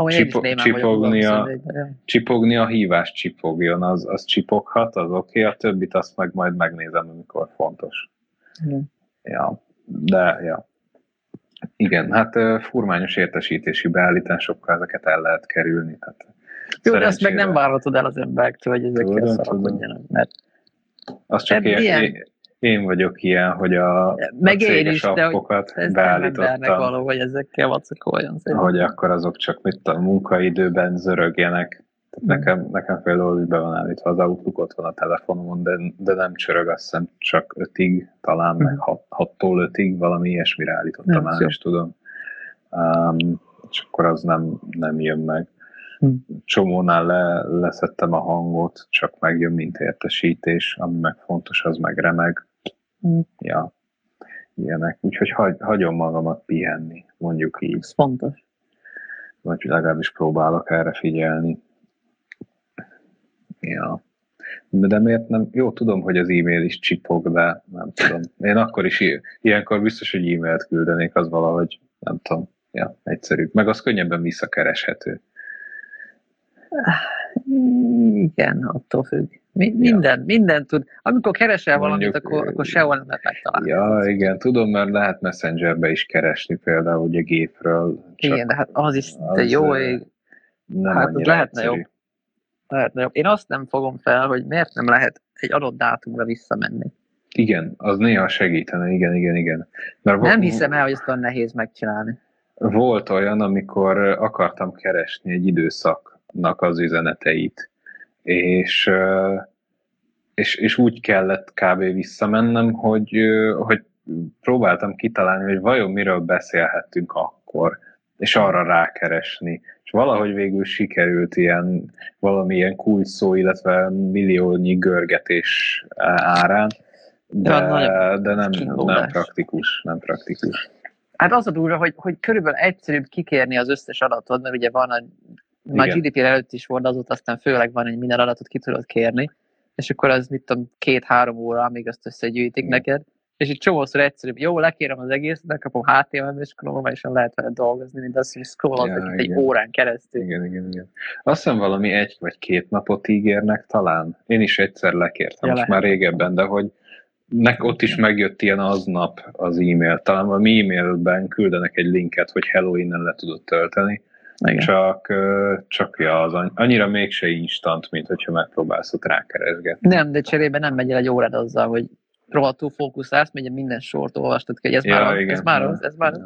csipogni a hívás csipogjon, az csipoghat, az oké, a többit azt majd megnézem, amikor fontos. Ja, de ja. Igen, hát furmányos értesítési beállításokkal ezeket el lehet kerülni. Tehát jó, de azt meg nem várhatod el az emberektől, hogy ezekkel szarakodjanak, mert az csak én vagyok ilyen, hogy a céges appokat beállítottam. Való, hogy ezekkel vacakoljon. Hogy akkor azok csak a munkaidőben zörögjenek. Nekem például be van állítva az Outlook, ott van a telefonomon, de nem csörög, azt hiszem csak 5-ig, talán meg 6-tól 5-ig, valami ilyesmire állítottam el, és tudom. És akkor az nem jön meg. Csomónál leszettem a hangot, csak megjön, mint értesítés, ami meg fontos, az meg remeg. Ja, ilyenek. Úgyhogy hagyom magamat pihenni, mondjuk így. Ez fontos. Vagy legalábbis próbálok erre figyelni. Ja. De miért nem? Jó, tudom, hogy az e-mail is csipog, de nem tudom. Én akkor is ilyenkor biztos, hogy e-mailt küldenék, az valahogy, nem tudom, ja, egyszerű. Meg az könnyebben visszakereshető. Igen, attól függ. Minden tud. Amikor keresel valamit, akkor sehol nem lehet megtalálni. Ja, igen, tudom, mert lehet Messengerbe is keresni például ugye gépről. Igen, de hát az is, de jó ég. Nem hát az lehetne jobb. lehet nagyobb. Én azt nem fogom fel, hogy miért nem lehet egy adott dátumra visszamenni. Igen, az néha segítene, igen. Mert Nem hiszem el, hogy ezt olyan nehéz megcsinálni. volt olyan, amikor akartam keresni egy időszaknak az üzeneteit, és úgy kellett kb. Visszamennem, hogy próbáltam kitalálni, hogy vajon miről beszélhettünk akkor, és arra rákeresni. És valahogy végül sikerült valamilyen kulcs szó, illetve milliónyi görgetés árán, de nem praktikus. Hát az a durva, hogy körülbelül egyszerűbb kikérni az összes adatot, mert ugye van már GDPR előtt is volt, azóta aztán főleg van, hogy minden adatot ki tudod kérni, és akkor az, mit tudom, 2-3 óra, amíg azt összegyűjtik neked, és így csomószor egyszerűbb, jó, lekérem az egészet, megkapom HTML-be, és akkor normálisan lehet vele dolgozni, mint azt, hogy scrolloznak egy órán keresztül. Igen. Azt hiszem valami 1 vagy 2 napot ígérnek talán. Én is egyszer lekértem, most már régebben, de hogy ott is megjött ilyen aznap az e-mail. Talán a mi e-mailben küldenek egy linket, hogy hello, innen le tudod tölteni. Igen. Csak az annyira mégse instant, mint hogyha megpróbálsz ott rákeresgetni. Nem, de cserébe nem megy el egy órád azzal, hogy rohadtul fókuszálsz, megy minden sort olvastad ki, hogy ez már az.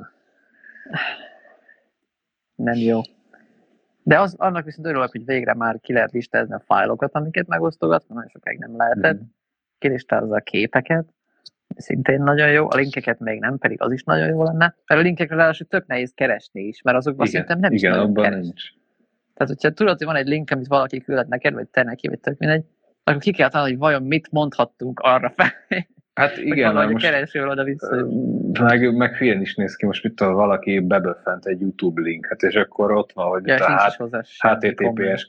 Nem jó. De annak viszont örülök, hogy végre már ki lehet listázni a fájlokat, amiket megosztogatsz, mert nagyon sokáig nem lehetett. Kilistázza a képeket, szintén nagyon jó, a linkeket még nem, pedig az is nagyon jó lenne, mert a linkekre ráadásul tök nehéz keresni is, mert azokban szerintem nem is nagyon nincs. Tehát, hogyha tudod, hogy van egy link, amit valaki küldött neked, vagy te neki, vagy tök mindegy, akkor ki kell találni, hogy vajon mit mondhattunk arra felé. Hát igen, mert most keresővel oda-vissza. Meg hülyen is néz ki, most mit tudom, valaki beböffent egy YouTube linket, és akkor ott van, hogy https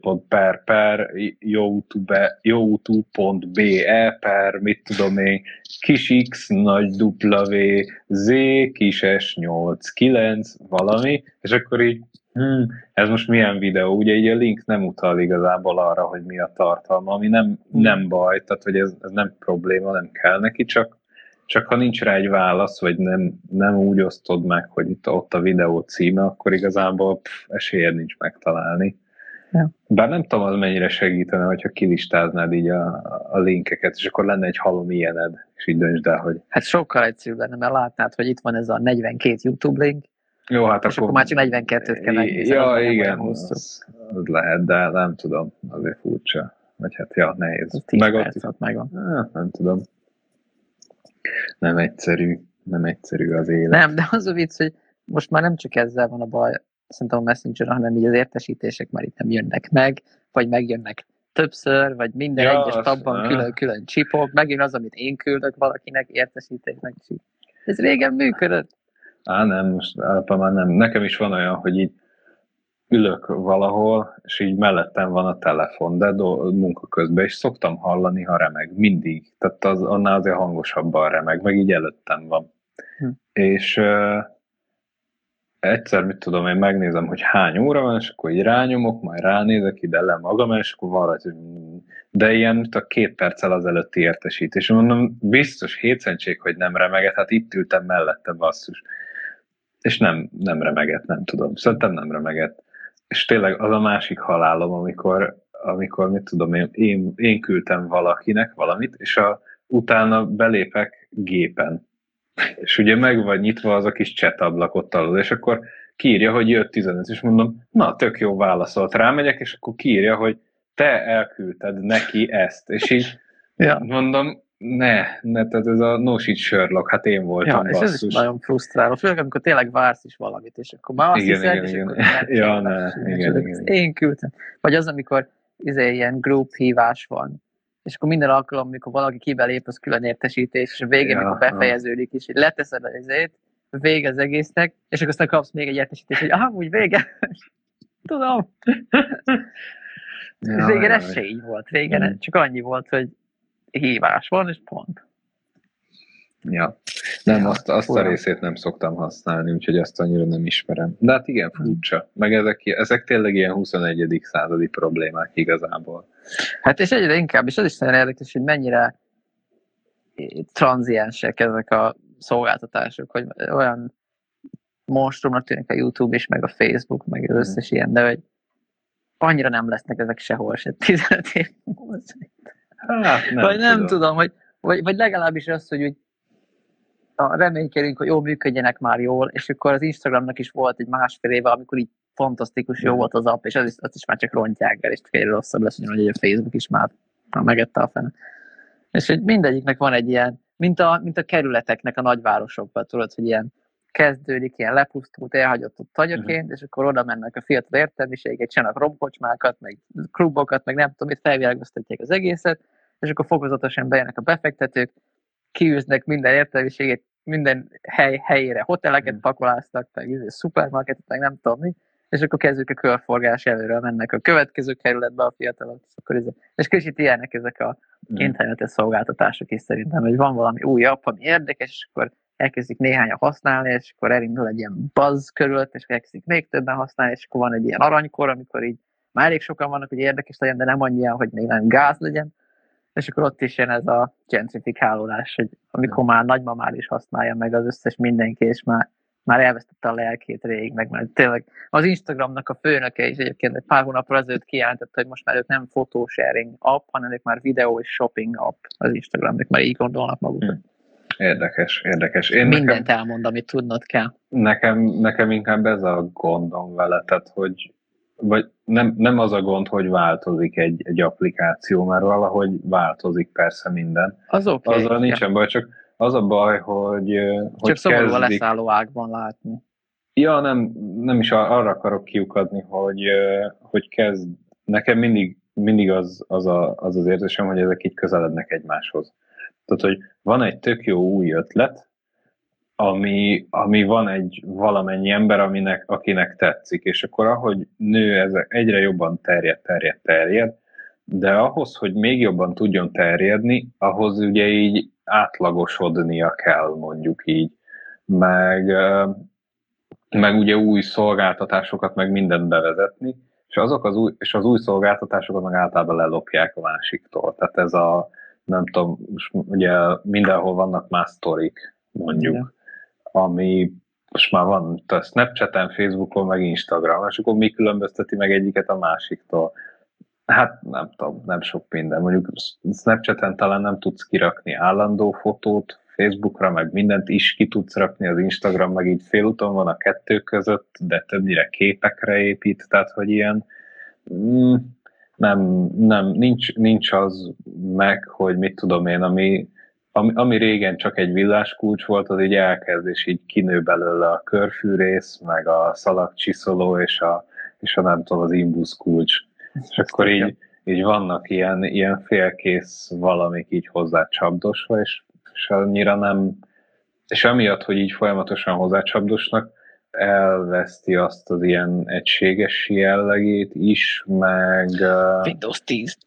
youtube.be mit tudom én, kis x nagy w z kis s 8 9 valami, és akkor így ez most milyen videó? Ugye így a link nem utal igazából arra, hogy mi a tartalma, ami nem baj, tehát hogy ez nem probléma, nem kell neki, csak ha nincs rá egy válasz, vagy nem úgy osztod meg, hogy ott a videó címe, akkor igazából esélyed nincs megtalálni. Ja. Bár nem tudom, az mennyire segítene, hogyha kilistáznád így a linkeket, és akkor lenne egy halom ilyened, és így döntsd el, hogy... Hát sokkal egyszerűbb lenne, mert látnád, hogy itt van ez a 42 YouTube link, jó, hát és akkor már csak 42-t kell megnézni. Ja, igen, az lehet, de nem tudom, azért furcsa. Vagy hát, nehéz. 10 percet megvan. Nem tudom. Nem egyszerű az élet. Nem, de az a vicc, hogy most már nem csak ezzel van a baj, szerintem a Messenger, hanem így az értesítések már itt nem jönnek meg, vagy megjönnek többször, vagy minden egyes tabban külön csipok, megint az, amit én küldök valakinek, értesítés meg csip. Ez régen működött. Nem, most általában nem. Nekem is van olyan, hogy így ülök valahol, és így mellettem van a telefon, de munka közben, és szoktam hallani, ha remeg, mindig. Tehát annál azért hangosabban remeg, meg így előttem van. És egyszer, mit tudom, én megnézem, hogy hány óra van, és akkor így rányomok, majd ránézek ide le magam, és akkor valahogy, de ilyen a 2 perccel az előtti értesítés. Mondom, biztos hétszentség, hogy nem remeget, hát itt ültem mellette, basszus. És nem remegett, nem tudom. Szerintem nem remegett. És tényleg az a másik halálom, amikor mit tudom, én küldtem valakinek valamit, és utána belépek gépen. És ugye meg van nyitva az a kis chat ablak ott alul, és akkor kiírja, hogy jött 15, és mondom, na, tök jó válaszolt. Rámegyek, és akkor kiírja, hogy te elküldted neki ezt. És így mondom, ne, tehát ez a no shit Sherlock, hát én voltam, basszus. És ez is nagyon frusztráló, főleg amikor tényleg vársz is valamit, és akkor már azt hiszed, és akkor igen. Én küldtem. Vagy az, amikor ilyen group hívás van, és akkor minden alkalom, amikor valaki kibelép, az külön értesítés, és a végén, amikor befejeződik is, hogy leteszed az izét, vége az egésznek, és akkor aztán kapsz még egy értesítést, hogy úgy vége. Tudom. És régen ez se így volt. Régen csak annyi volt, hogy hívás van, és pont. Ja. Nem, azt a részét nem szoktam használni, úgyhogy azt annyira nem ismerem. De hát igen, furcsa. Meg ezek tényleg ilyen 21. századi problémák igazából. Hát és egyre inkább, és az is nagyon érdekes, hogy mennyire tranziensek ezek a szolgáltatások, hogy olyan monstrumnak tűnik a YouTube is, meg a Facebook, meg az összes ilyen, de hogy annyira nem lesznek ezek sehol se 15 év múlva. Hát Vagy nem tudom, hogy, vagy legalábbis az, hogy úgy reménykedünk, hogy jól működjenek már jól, és akkor az Instagramnak is volt egy másfél éve, amikor így fantasztikus jó volt az app, és azt is már csak rontják el, és csak egyre rosszabb lesz, hogy a Facebook is már megette a fene. És hogy mindegyiknek van egy ilyen, mint a kerületeknek a nagyvárosokban, tudod, hogy ilyen kezdődik, ilyen lepusztult, elhagyott ott tagyaként, és akkor oda mennek a fiatal értelmiségek, csinálnak romkocsmákat, meg klubokat, meg nem tudom, itt felvilágoztatják az egészet, és akkor fokozatosan bejönnek a befektetők, kiűznek minden értelmiséget, minden helyére hoteleket pakoláztak, meg szupermarketet, meg nem tudom mi, és akkor kezdjük a körforgás előről, mennek a következő kerületbe a fiatalok, és kicsit ilyenek ezek a internetes szolgáltatások is szerintem, hogy van valami új app, ami érdekes, és akkor elkezdik néhányan használni, és akkor elindul egy ilyen buzz körülött, és elkezdik még többen használni, és akkor van egy ilyen aranykor, amikor így már elég sokan vannak, hogy érdekes legyen, de nem annyian, hogy még nem gáz legyen, és akkor ott is jön ez a gentrifikálódás, hogy amikor már nagymamár is használja meg az összes mindenki, és már elvesztette a lelkét rég, meg már tényleg az Instagramnak a főnöke is egyébként egy pár hónappal ezelőtt kijelentette, hogy most már ők nem photosharing app, hanem ők már videó és shopping app az Instagramnak, már így gondolnak maguknak. Érdekes. Mindent elmond, amit tudnod kell. Nekem inkább ez a gondom vele, tehát hogy vagy nem az a gond, hogy változik egy applikáció, mert valahogy változik persze minden. Az oké. Azzal nincsen baj, csak az a baj, hogy csak szomorú a leszálló ágban látni. Ja, nem is arra akarok kiukadni, hogy kezd. Nekem mindig az érzésem, hogy ezek így közelednek egymáshoz. Tehát, hogy van egy tök jó új ötlet, ami van egy valamennyi ember, akinek tetszik, és akkor ahogy nő, ezek egyre jobban terjed, de ahhoz, hogy még jobban tudjon terjedni, ahhoz ugye így átlagosodnia kell, mondjuk így, meg ugye új szolgáltatásokat, meg mindent bevezetni, és az új szolgáltatásokat meg általában lelopják a másiktól. Tehát ez nem tudom, ugye mindenhol vannak más sztorik, mondjuk, ami most már van a Snapchaten, Facebookon, meg Instagram, és akkor mi különbözteti meg egyiket a másiktól? Hát nem tudom, nem sok minden. Mondjuk Snapchaten talán nem tudsz kirakni állandó fotót, Facebookra meg mindent is ki tudsz rakni, az Instagram meg így félúton van a kettő között, de többnyire képekre épít, tehát hogy ilyen nincs az meg, hogy mit tudom én, ami régen csak egy villáskulcs volt, az így elkezd, és így kinő belőle a körfűrész, meg a szalagcsiszoló, és a nem tudom, az imbusz kulcs. És akkor így vannak ilyen félkész valamik így hozzá csapdosva, és annyira nem, és amiatt, hogy így folyamatosan hozzácsapdosnak, elveszti azt az ilyen egységes jellegét is, meg Windows 10.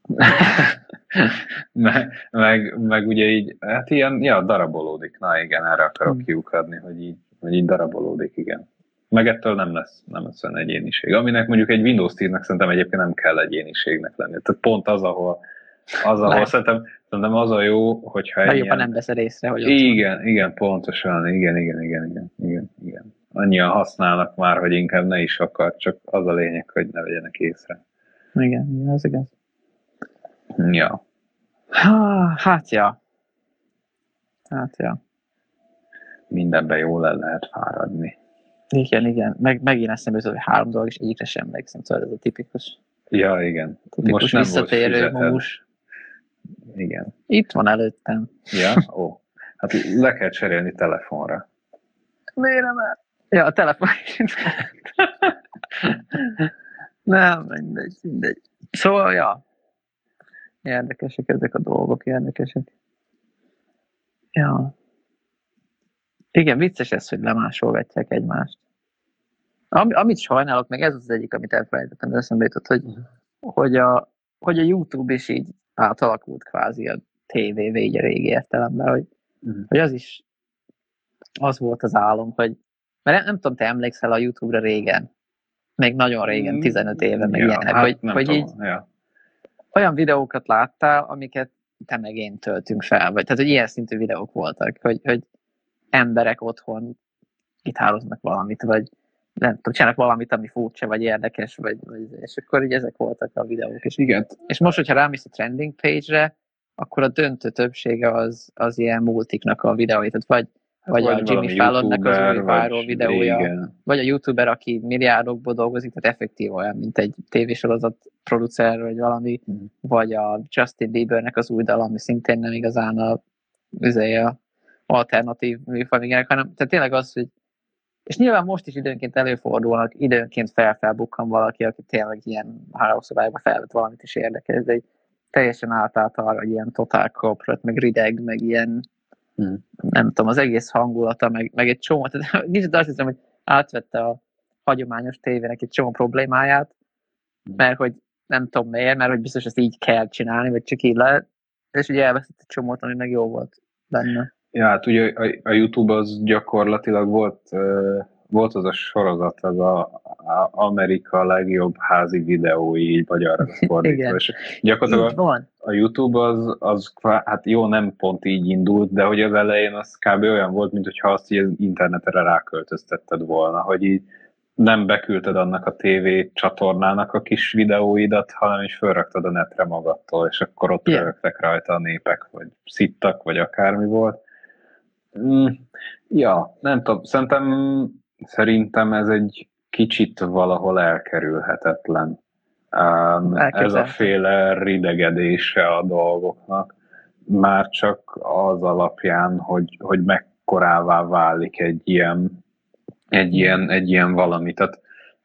meg ugye így, hát ilyen, darabolódik. Na igen, erre akarok kiukadni, hogy így darabolódik, igen. Meg ettől nem lesz olyan egyéniség. Aminek mondjuk egy Windows 10-nek szerintem egyébként nem kell egyéniségnek lenni. Tehát pont az, ahol szerintem az a jó, hogyha egy ilyen... nem veszed észre, hogy igen, pontosan, igen. Annyian használnak már, hogy inkább ne is akar, csak az a lényeg, hogy ne vegyenek észre. Igen, ez igaz. Ja. Hát ja. Mindenben jól el lehet fáradni. Igen. Megint eszembe jutott, hogy 3 dolog, és egyikre sem emlékszem, szóval ez a tipikus. Ja, igen. Tipikus most visszatérő múlus. Igen. Itt van előttem. Ja? Ó. Hát le kell cserélni telefonra. Miért nem el? Ja, a telefon is. Nem, mindegy. Szóval, ja. Érdekesek ezek a dolgok, érdekesek. Ja. Igen, vicces ez, hogy lemásolgatják egymást. Amit sajnálok, meg ez az egyik, amit elfelejtettem, de eszembe jutott, hogy a YouTube is így átalakult kvázi a tévévé így a régi értelemben, hogy az is az volt az álom, hogy mert nem tudom, te emlékszel a YouTube-ra régen, még nagyon régen, 15 éve, meg ilyenek, hogy így olyan videókat láttál, amiket te meg én töltünk fel, vagy tehát, hogy ilyen szintű videók voltak, hogy emberek otthon gitároznak valamit, vagy nem tudom, csinálnak valamit, ami furcsa, vagy érdekes, vagy és akkor így ezek voltak a videók is. Igen. És most, hogyha rámész a trending page-re, akkor a döntő többsége az ilyen multiknak a videói, tehát vagy a Jimmy Fallonnak az új viral videója, igen. vagy a youtuber, aki milliárdokból dolgozik, tehát effektív olyan, mint egy tévésorozat producer, vagy valami, vagy a Justin Biebernek az új dal, ami szintén nem igazán a alternatív műfaj, hanem tehát tényleg az, hogy és nyilván most is időnként előfordulnak, időnként felbukkan valaki, aki tényleg ilyen hálószobályba felvett valamit is érdekes, de egy teljesen átállt arra, hogy ilyen totál corporate, meg rideg, meg ilyen nem tudom, az egész hangulata, meg egy csomó, tehát kicsit azt hiszem, hogy átvette a hagyományos tévének egy csomó problémáját, mert hogy nem tudom miért, mert hogy biztos ezt így kell csinálni, vagy csak így lehet, és ugye elveszett egy csomót, ami meg jó volt benne. Ja, hát ugye a YouTube az gyakorlatilag volt az a sorozat, az a Amerika legjobb házi videói, így magyarra fordítva. És gyakorlatilag a YouTube az hát jó, nem pont így indult, de hogy az elején az kb. Olyan volt, mint hogyha azt így az internetre ráköltöztetted volna, hogy így nem beküldted annak a TV csatornának a kis videóidat, hanem is felraktad a netre magadtól, és akkor ott rögtek rajta a népek, vagy szittak, vagy akármi volt. Ja, nem tudom, szerintem ez egy kicsit valahol elkerülhetetlen. Ez a féle ridegedése a dolgoknak, már csak az alapján, hogy mekkorává válik egy ilyen valami. Tehát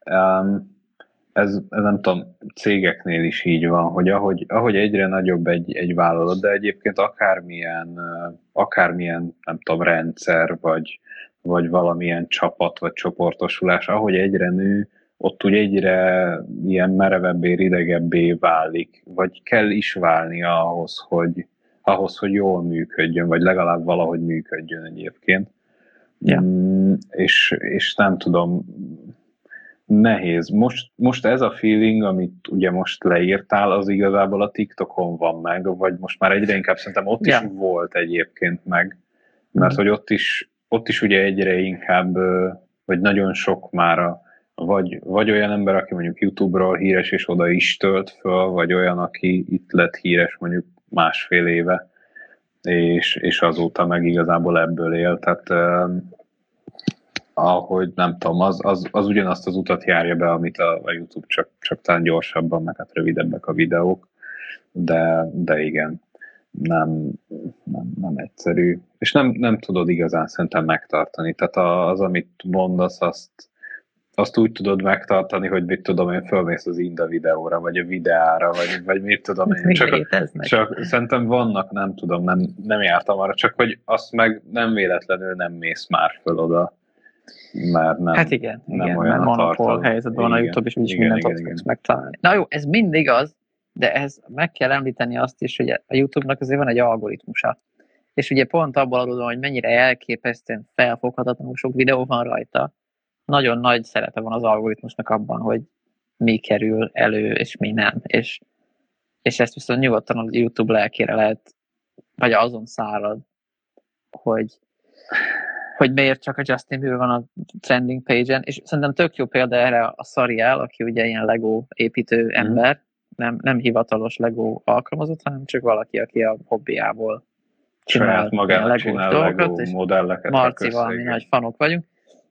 ez nem tudom, cégeknél is így van, hogy ahogy egyre nagyobb egy vállalat, de egyébként akármilyen nem tudom, rendszer, vagy valamilyen csapat, vagy csoportosulás, ahogy egyre nő, ott úgy egyre ilyen merevebbé, ridegebbé válik, vagy kell is válni ahhoz, hogy jól működjön, vagy legalább valahogy működjön egyébként. Yeah. És nem tudom, nehéz. Most ez a feeling, amit ugye most leírtál, az igazából a TikTokon van meg, vagy most már egyre inkább szerintem ott is volt egyébként meg, mert hogy ott is ugye egyre inkább, vagy nagyon sok már vagy olyan ember, aki mondjuk YouTube-ról híres, és oda is tölt föl, vagy olyan, aki itt lett híres mondjuk másfél éve, és azóta meg igazából ebből él. Tehát ahogy nem tudom, az ugyanazt az utat járja be, amit a YouTube, csak talán gyorsabban, meg hát rövidebbek a videók, de igen, nem egyszerű. És nem tudod igazán szerintem megtartani. Tehát az, amit mondasz, azt úgy tudod megtartani, hogy mit tudom én, fölmész az Inda videóra, vagy a videára, vagy mit tudom én. Csak szerintem vannak, nem tudom, nem jártam arra, csak hogy azt meg nem véletlenül nem mész már föl oda. Mert nem, hát igen, nem olyan mert monopól helyzetben a YouTube, és úgyis mindent ott fogsz megtalálni. Na jó, ez mindig az, de ehhez meg kell említeni azt is, hogy a YouTube-nak azért van egy algoritmusa. És ugye pont abból adódóan, hogy mennyire elképesztően felfoghatatlanul sok videó van rajta, nagyon nagy szerepe van az algoritmusnak abban, hogy mi kerül elő, és mi nem. És ezt viszont nyugodtan a YouTube lelkére lehet, vagy azon szárad, hogy miért csak a Justin Bieber van a trending page-en, és szerintem tök jó példa erre a Sariel, aki ugye ilyen Lego építő ember, nem hivatalos Lego alkalmazott, hanem csak valaki, aki a hobbiából csinál Lego modelleket. Marci valami nagy fanok vagyunk,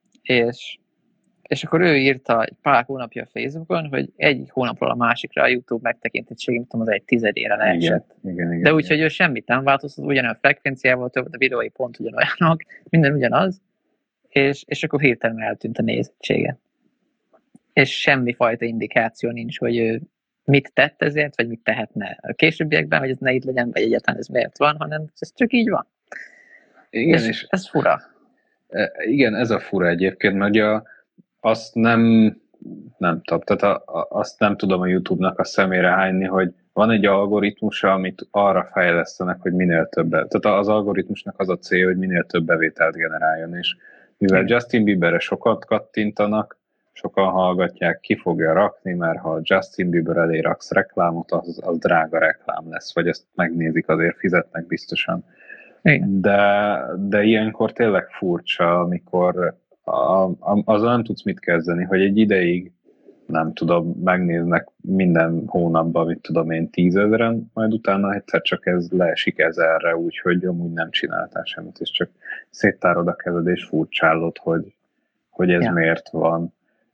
és akkor ő írta egy pár hónapja a Facebookon, hogy egyik hónapról a másikra a YouTube megtekintettsége, nem tudom, az egy 10-ére leesett. Igen, de úgyhogy ő semmit nem változtat, ugyanolyan frekvenciával, több a videói pont ugyanolyanok, minden ugyanaz, és akkor hirtelen eltűnt a nézettsége. És semmifajta indikáció nincs, hogy ő mit tett ezért, vagy mit tehetne a későbbiekben, hogy ez ne itt legyen, vagy egyáltalán ez miért van, hanem ez csak így van. Igen, és ez fura. Igen, ez a fura egyébként, mert azt nem tudom, tehát azt nem tudom a YouTube-nak a szemére hányni, hogy van egy algoritmusa, amit arra fejlesztenek, hogy minél többet. Tehát az algoritmusnak az a cél, hogy minél több bevételt generáljon, és mivel Justin Bieberre sokat kattintanak, sokan hallgatják, ki fogja rakni, mert ha Justin Bieber elé raksz reklámot, az drága reklám lesz, vagy ezt megnézik, azért fizetnek biztosan. De ilyenkor tényleg furcsa, azzal nem tudsz mit kezdeni, hogy egy ideig nem tudom, megnéznek minden hónapban, mit tudom én, 10 000-en, majd utána egyszer csak ez leesik 1000-re, úgyhogy amúgy nem csináltál semmit, és csak széttárod a kezed, és furcsálod, hogy ez miért van.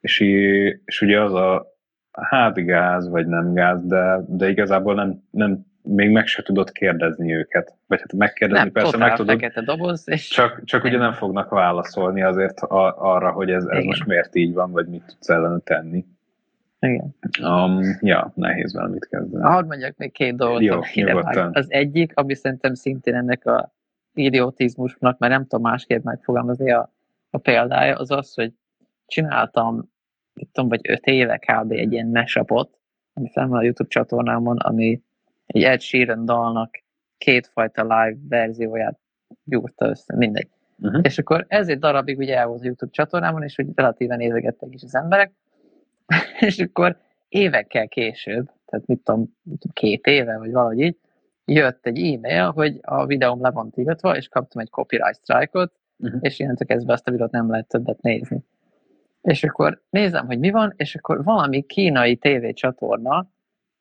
És ugye az hát gáz, vagy nem gáz, de igazából nem még meg se tudod kérdezni őket. Vagy hát megkérdezni nem, persze meg tudod. Fekete doboz, és csak ugye nem fognak válaszolni azért arra, hogy ez most miért így van, vagy mit tudsz ellene tenni. Igen. Nehéz valamit kezdeni. Hadd mondjak még 2 dolgot. Jó, nyugodtan. Az egyik, ami szerintem szintén ennek a idiotizmusnak, mert nem tudom másképp megfogalmazni a példája, az az, hogy csináltam, vagy 5 éve kb. Egy ilyen mashupot, ami fenn van a YouTube csatornámon, ami egy Ed Sheeran dalnak 2 fajta live verzióját gyúrta össze, mindegy. Uh-huh. És akkor ez egy darabig ugye el volt a YouTube csatornámon, és úgy relatíven nézegettek is az emberek, és akkor évekkel később, tehát mit tudom, 2 éve, vagy valahogy így, jött egy e-mail, hogy a videóm le van tiltva, és kaptam egy copyright strike-ot, és innentől kezdve azt a videót nem lehet többet nézni. És akkor nézem, hogy mi van, és akkor valami kínai tévécsatorna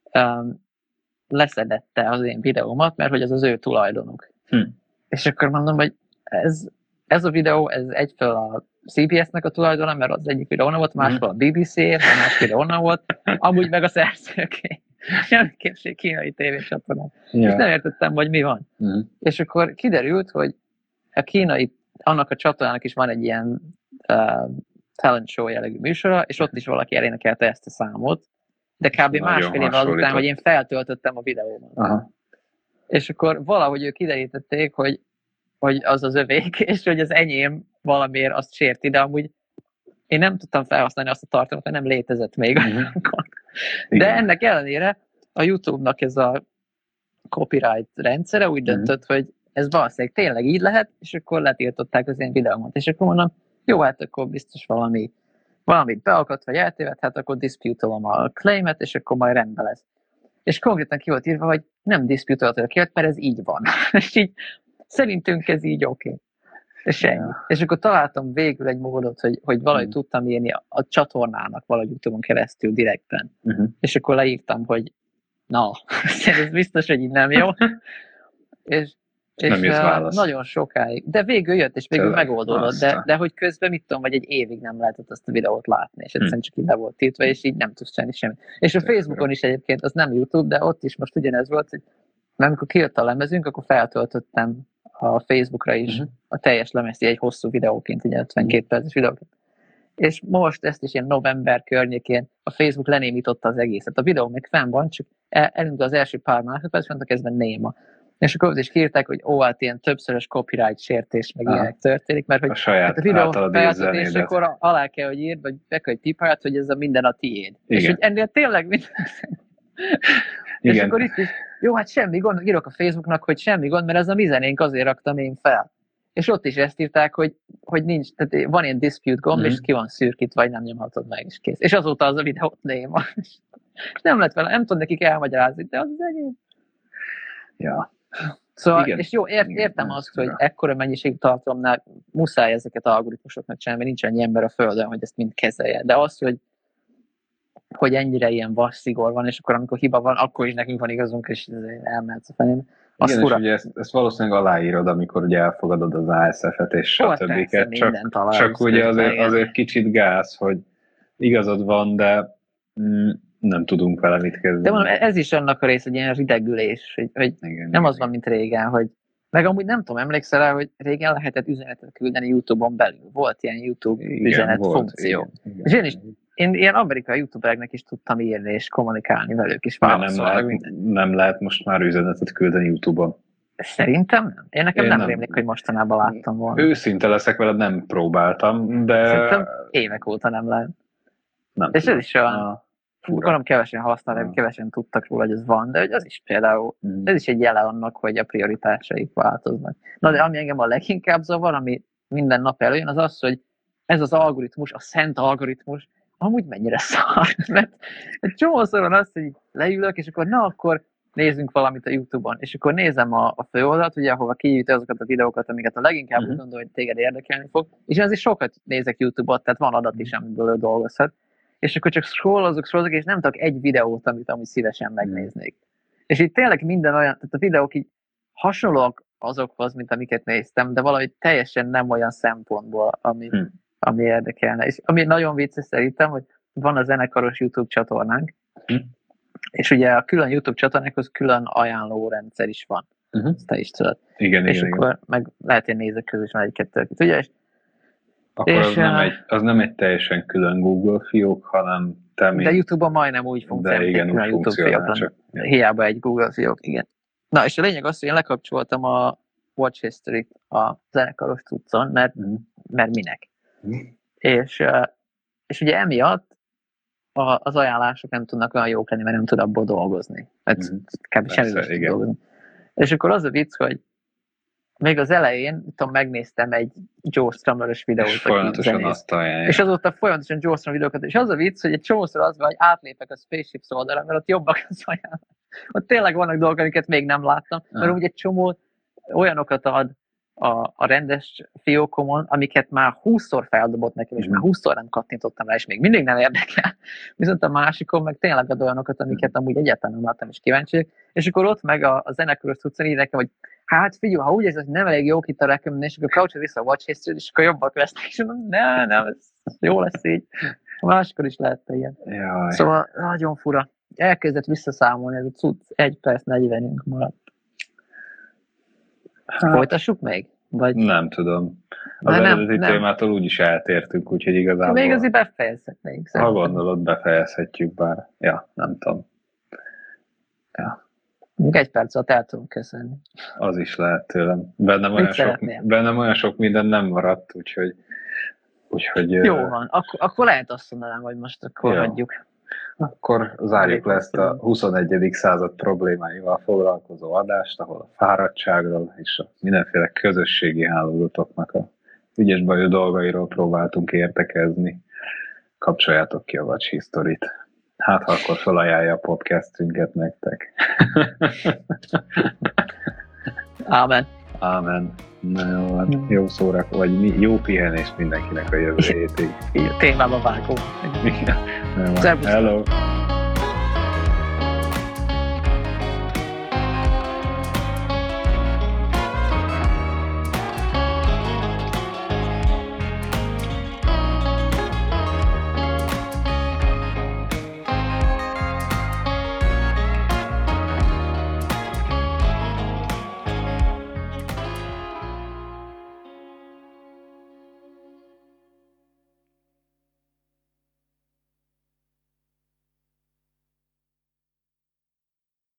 leszedette az én videómat, mert hogy ez az ő tulajdonuk. És akkor mondom, hogy ez a videó, ez egyfelől a CBS-nek a tulajdona, mert az egyik videó onnan volt, másfelől a BBC-ért, a másik videó onnan volt, amúgy meg a szerzőké. Jelentőség kínai tévécsatornán. És nem értettem, hogy mi van. És akkor kiderült, hogy a kínai, annak a csatornának is van egy ilyen talent show jellegű műsora, és ott is valaki elénekelte ezt a számot, de kb. Másfél évvel azután, hogy én feltöltöttem a videómat. Aha. És akkor valahogy ők kiderítették, hogy az az övék, és hogy az enyém valamiért azt sérti, de amúgy én nem tudtam felhasználni azt a tartalmat, mert nem létezett még akkor. De ennek ellenére a YouTube-nak ez a copyright rendszere úgy döntött, hogy ez valószínűleg tényleg így lehet, és akkor letiltották az én videómat. És akkor mondom, jó, hát akkor biztos valamit beakadt, vagy eltévedt, hát akkor dispute-olom a claimet, és akkor majd rendben lesz. És konkrétan ki volt írva, hogy nem dispute-olhatod a claimet, mert ez így van. És így szerintünk ez így oké. És ennyi. És akkor találtam végül egy módot, hogy valahogy tudtam írni a csatornának valahogy YouTube-on keresztül direkten. És akkor leírtam, hogy ez biztos, hogy így nem jó. és nagyon sokáig. De végül jött, és végül megoldódott. De hogy közben mit tudom, vagy egy évig nem lehetett azt a videót látni, és egyszerűen csak így le volt tiltva, és így nem tudsz csinálni semmit. És a Facebookon is egyébként, az nem YouTube, de ott is most ugyanez volt, hogy mert amikor kijött a lemezünk, akkor feltöltöttem a Facebookra is a teljes lemezt, egy hosszú videóként, ugye 52 perces videóként. És most ezt is ilyen november környékén a Facebook lenémította az egészet. A videó még fenn van, csak elindul az első pár másodperc, mondta kezdve néma. És akkor is kiírták, hogy hát ilyen többszörös copyright sértés, meg ilyenek történik, mert hogy a videó feltöltésekor alá kell, hogy írd, vagy be kell, hogy tippáljad, hogy ez a minden a tiéd. És hogy ennél tényleg minden. És akkor itt is, jó, hát semmi gond, írok a Facebooknak, hogy semmi gond, mert ez a mi zenénk, azért raktam én fel. És ott is ezt írták, hogy nincs, tehát van ilyen dispute gomb, és ki van szürkítve, vagy nem nyomhatod meg, és kész. És azóta az a videót néma. És nem lett vele, nem tudom nekik elmagyarázni, de az enyém. Ja. Szóval, és jó, értem azt, hogy ekkora mennyiségű tartalomnál muszáj ezeket az algoritmusoknak csinálni, mert nincs annyi ember a Földön, hogy ezt mind kezelje. De az, hogy ennyire ilyen vas szigor van, és akkor amikor hiba van, akkor is nekünk van igazunk, és elmehetsz a fenébe. Igen, és ugye ezt valószínűleg aláírod, amikor ugye elfogadod az ASF-et, és stb. Csak ugye azért kicsit gáz, hogy igazad van, de nem tudunk vele mit kezdeni. De mondom, ez is annak a rész, hogy ilyen ridegülés, hogy nem az van, mint régen, hogy meg amúgy nem tudom, emlékszel rá, hogy régen lehetett üzenetet küldeni YouTube-on belül. Volt ilyen YouTube üzenet funkció. És én ilyen amerikai youtubereknek is tudtam írni és kommunikálni velük is. Nem lehet most már üzenetet küldeni YouTube-on. Szerintem nem. Én nekem nem rémlik, hogy mostanában láttam volna. Őszinte leszek veled, nem próbáltam, de... Szerintem évek óta nem lehet. Nem és tudom. Ez is olyan... Gondolom kevesen használják, kevesen tudtak róla, hogy ez van, de hogy az is például, ez is egy jele annak, hogy a prioritásaik változnak. Na de ami engem a leginkább zavar, ami minden nap előjön, az az, hogy ez az algoritmus, a szent algoritmus, amúgy mennyire szar, mert egy csomószor van az, hogy leülök, és akkor akkor nézzünk valamit a YouTube-on, és akkor nézem a főoldalt, ugye, ahova kiírta azokat a videókat, amiket a leginkább úgy gondol, hogy téged érdekelni fog, és azért sokat nézek YouTube-ot, tehát van adat is, amiből dolgozhat, és akkor csak scrollozok, és nem tudok egy videót, amit szívesen megnéznék. És itt tényleg minden olyan, tehát a videók így hasonlóak azokhoz, mint amiket néztem, de valahogy teljesen nem olyan szempontból, ami érdekelne. És ami nagyon vicces szerintem, hogy van a zenekaros YouTube csatornánk, és ugye a külön YouTube csatornákhoz külön ajánlórendszer is van. Ezt te is tudod. Igen, és igen, akkor igen. meg lehet, hogy nézek közül is van egy-kettő, akit ugye? Akkor az nem egy teljesen külön Google fiók, hanem de YouTube-on majdnem úgy funkcionál, igen, külön YouTube fiók. csak. Hiába egy Google fiók, igen. Na, és a lényeg az, hogy én lekapcsoltam a Watch History-t a zenekaros cuccon, mert minek. És ugye emiatt az ajánlások nem tudnak olyan jók lenni, mert nem tud abból dolgozni. Kb. Semmi tud dolgozni. És akkor az a vicc, hogy még az elején, megnéztem egy Joe Strummer-ös videót, és folyamatosan azt ajánlja. És azóta folyamatosan Joe Strummer videókat, és az a vicc, hogy egy csomószor az van, hogy átlépek a Spaceships oldalra, mert ott jobbak az ajánlás. Ott tényleg vannak dolgok, amiket még nem láttam, mert úgy egy csomó olyanokat ad a rendes fiókomon, amiket már 20-szor feldobott nekem, és már 20-szor nem kattintottam rá, és még mindig nem érdekel. Viszont a másikon meg tényleg ad olyanokat, amiket amúgy egyáltalán nem láttam, és kíváncsiak. És akkor ott meg a zenekaros tudsz írni nekem, hogy hát figyelj, ha úgy érzed, hogy nem elég jók itt a recommendation, akkor kapcsolod vissza a Watch History-t, és akkor jobbak lesznek. És mondom, nem, ez jó lesz így. A máskor is lehet ilyen. Jaj. Szóval nagyon fura. Elkezdett visszaszámolni, ez a cucc 1 perc 40-ünk maradt. Folytassuk még? Vagy... Nem tudom. Az eredeti témától úgyis eltértünk, úgyhogy igazából... Még azért befejezhetnénk. Ha gondolod, befejezhetjük, bár... Ja, nem tudom. Ja. Még 1 perc alatt el tudom köszönni. Az is lehet tőlem. Bennem olyan sok minden nem maradt, úgyhogy jó van, akkor lehet azt mondanám, hogy most akkor hagyjuk. Akkor zárjuk le ezt a 21. század problémáival foglalkozó adást, ahol a fáradtságról és a mindenféle közösségi hálózatoknak a ügyes bajó dolgairól próbáltunk értekezni. Kapcsoljátok ki a Watch History-t. Hát, ha akkor felajánlja a podcastünket nektek. Ámen. Ámen. Na jó szórak, vagy jó pihenést mindenkinek a jövő hétig. Témába vágó. Hello.